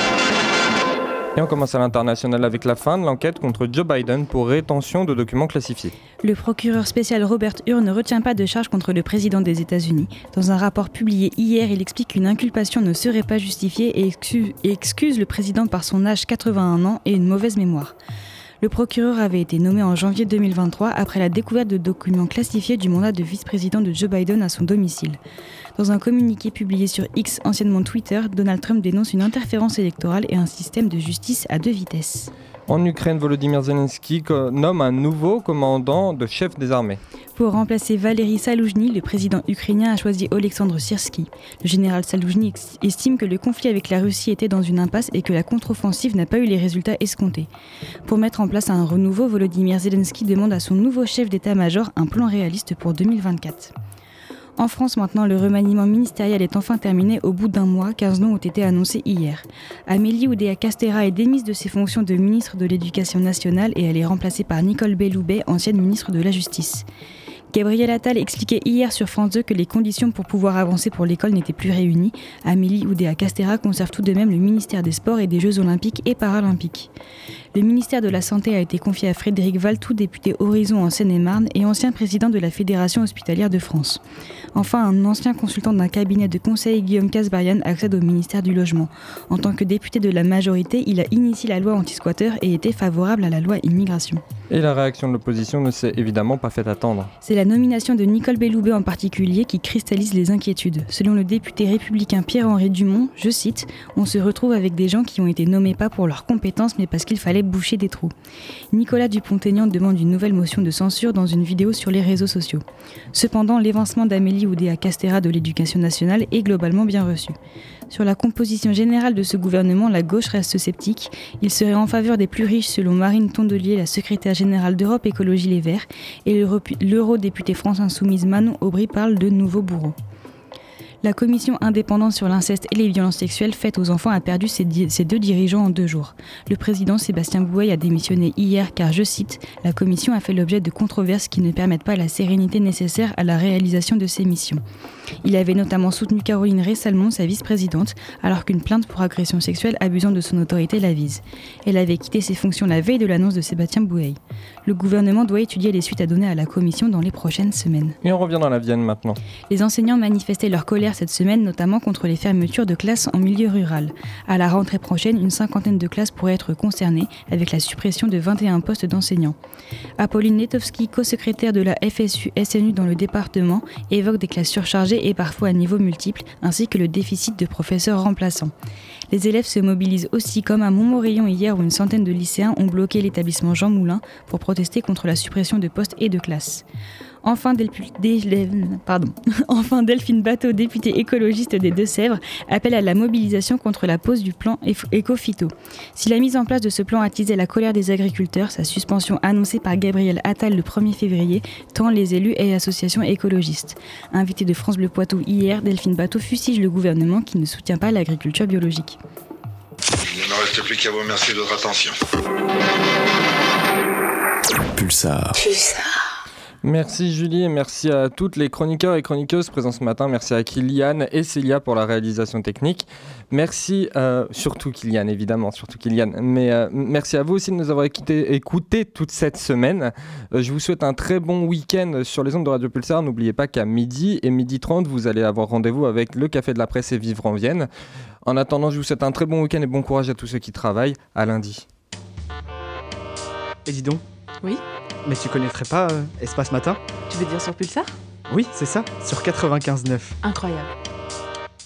Et on commence à l'international avec la fin de l'enquête contre Joe Biden pour rétention de documents classifiés. Le procureur spécial Robert Hur ne retient pas de charge contre le président des États-Unis. Dans un rapport publié hier, il explique qu'une inculpation ne serait pas justifiée et excuse le président par son âge 81 ans et une mauvaise mémoire. Le procureur avait été nommé en janvier 2023 après la découverte de documents classifiés du mandat de vice-président de Joe Biden à son domicile. Dans un communiqué publié sur X, anciennement Twitter, Donald Trump dénonce une interférence électorale et un système de justice à deux vitesses. En Ukraine, Volodymyr Zelensky nomme un nouveau commandant de chef des armées. Pour remplacer Valery Zaloujny, le président ukrainien a choisi Oleksandr Syrsky. Le général Zaloujny estime que le conflit avec la Russie était dans une impasse et que la contre-offensive n'a pas eu les résultats escomptés. Pour mettre en place un renouveau, Volodymyr Zelensky demande à son nouveau chef d'état-major un plan réaliste pour 2024. En France maintenant, le remaniement ministériel est enfin terminé au bout d'un mois. 15 noms ont été annoncés hier. Amélie Oudéa-Castéra est démise de ses fonctions de ministre de l'Éducation nationale et elle est remplacée par Nicole Belloubet, ancienne ministre de la Justice. Gabriel Attal expliquait hier sur France 2 que les conditions pour pouvoir avancer pour l'école n'étaient plus réunies. Amélie Oudéa-Castéra conserve tout de même le ministère des Sports et des Jeux Olympiques et Paralympiques. Le ministère de la Santé a été confié à Frédéric Valtou, député Horizon en Seine-et-Marne et ancien président de la Fédération hospitalière de France. Enfin, un ancien consultant d'un cabinet de conseil, Guillaume Kasbarian, accède au ministère du Logement. En tant que député de la majorité, il a initié la loi anti-squatter et était favorable à la loi immigration. Et la réaction de l'opposition ne s'est évidemment pas fait attendre. C'est la nomination de Nicole Belloubet en particulier qui cristallise les inquiétudes. Selon le député républicain Pierre-Henri Dumont, je cite, « On se retrouve avec des gens qui ont été nommés pas pour leurs compétences mais parce qu'il fallait boucher des trous ». Nicolas Dupont-Aignan demande une nouvelle motion de censure dans une vidéo sur les réseaux sociaux. Cependant, l'évincement d'Amélie Oudéa-Castéra de l'Éducation nationale est globalement bien reçu. Sur la composition générale de ce gouvernement, la gauche reste sceptique. Il serait en faveur des plus riches selon Marine Tondelier, la secrétaire générale d'Europe Écologie Les Verts, et l'eurodéputé France Insoumise Manon Aubry parle de nouveaux bourreaux. La commission indépendante sur l'inceste et les violences sexuelles faites aux enfants a perdu ses deux dirigeants en 2 jours. Le président Sébastien Bouey a démissionné hier car, je cite, « La commission a fait l'objet de controverses qui ne permettent pas la sérénité nécessaire à la réalisation de ses missions ». Il avait notamment soutenu Caroline Rey-Salmon, sa vice-présidente, alors qu'une plainte pour agression sexuelle abusant de son autorité la vise. Elle avait quitté ses fonctions la veille de l'annonce de Sébastien Bouey. Le gouvernement doit étudier les suites à donner à la commission dans les prochaines semaines. Et on revient dans la Vienne maintenant. Les enseignants manifestaient leur colère cette semaine, notamment contre les fermetures de classes en milieu rural. À la rentrée prochaine, une 50aine de classes pourraient être concernées, avec la suppression de 21 postes d'enseignants. Apolline Netowski, co-secrétaire de la FSU-SNU dans le département, évoque des classes surchargées et parfois à niveau multiple, ainsi que le déficit de professeurs remplaçants. Les élèves se mobilisent aussi, comme à Montmorillon hier où une centaine de lycéens ont bloqué l'établissement Jean Moulin pour protester contre la suppression de postes et de classes. Enfin, Delphine Bateau, députée écologiste des Deux-Sèvres, appelle à la mobilisation contre la pose du plan éco-phyto. Si la mise en place de ce plan attisait la colère des agriculteurs, sa suspension annoncée par Gabriel Attal le 1er février tend les élus et associations écologistes. Invitée de France Bleu Poitou hier, Delphine Bateau fustige le gouvernement qui ne soutient pas l'agriculture biologique. Il ne me reste plus qu'à vous remercier de votre attention. Pulsar. Merci Julie et merci à toutes les chroniqueurs et chroniqueuses présents ce matin. Merci à Kylian et Célia pour la réalisation technique. Merci, surtout Kylian évidemment, mais merci à vous aussi de nous avoir écoutés toute cette semaine. Je vous souhaite un très bon week-end sur les ondes de Radio Pulsar. N'oubliez pas qu'à midi et 12h30, vous allez avoir rendez-vous avec le Café de la Presse et Vivre en Vienne. En attendant, je vous souhaite un très bon week-end et bon courage à tous ceux qui travaillent. À lundi. Et dis donc. Oui. Mais tu connaîtrais pas Espace Matin ? Tu veux dire sur Pulsar ? Oui, c'est ça, sur 95.9. Incroyable.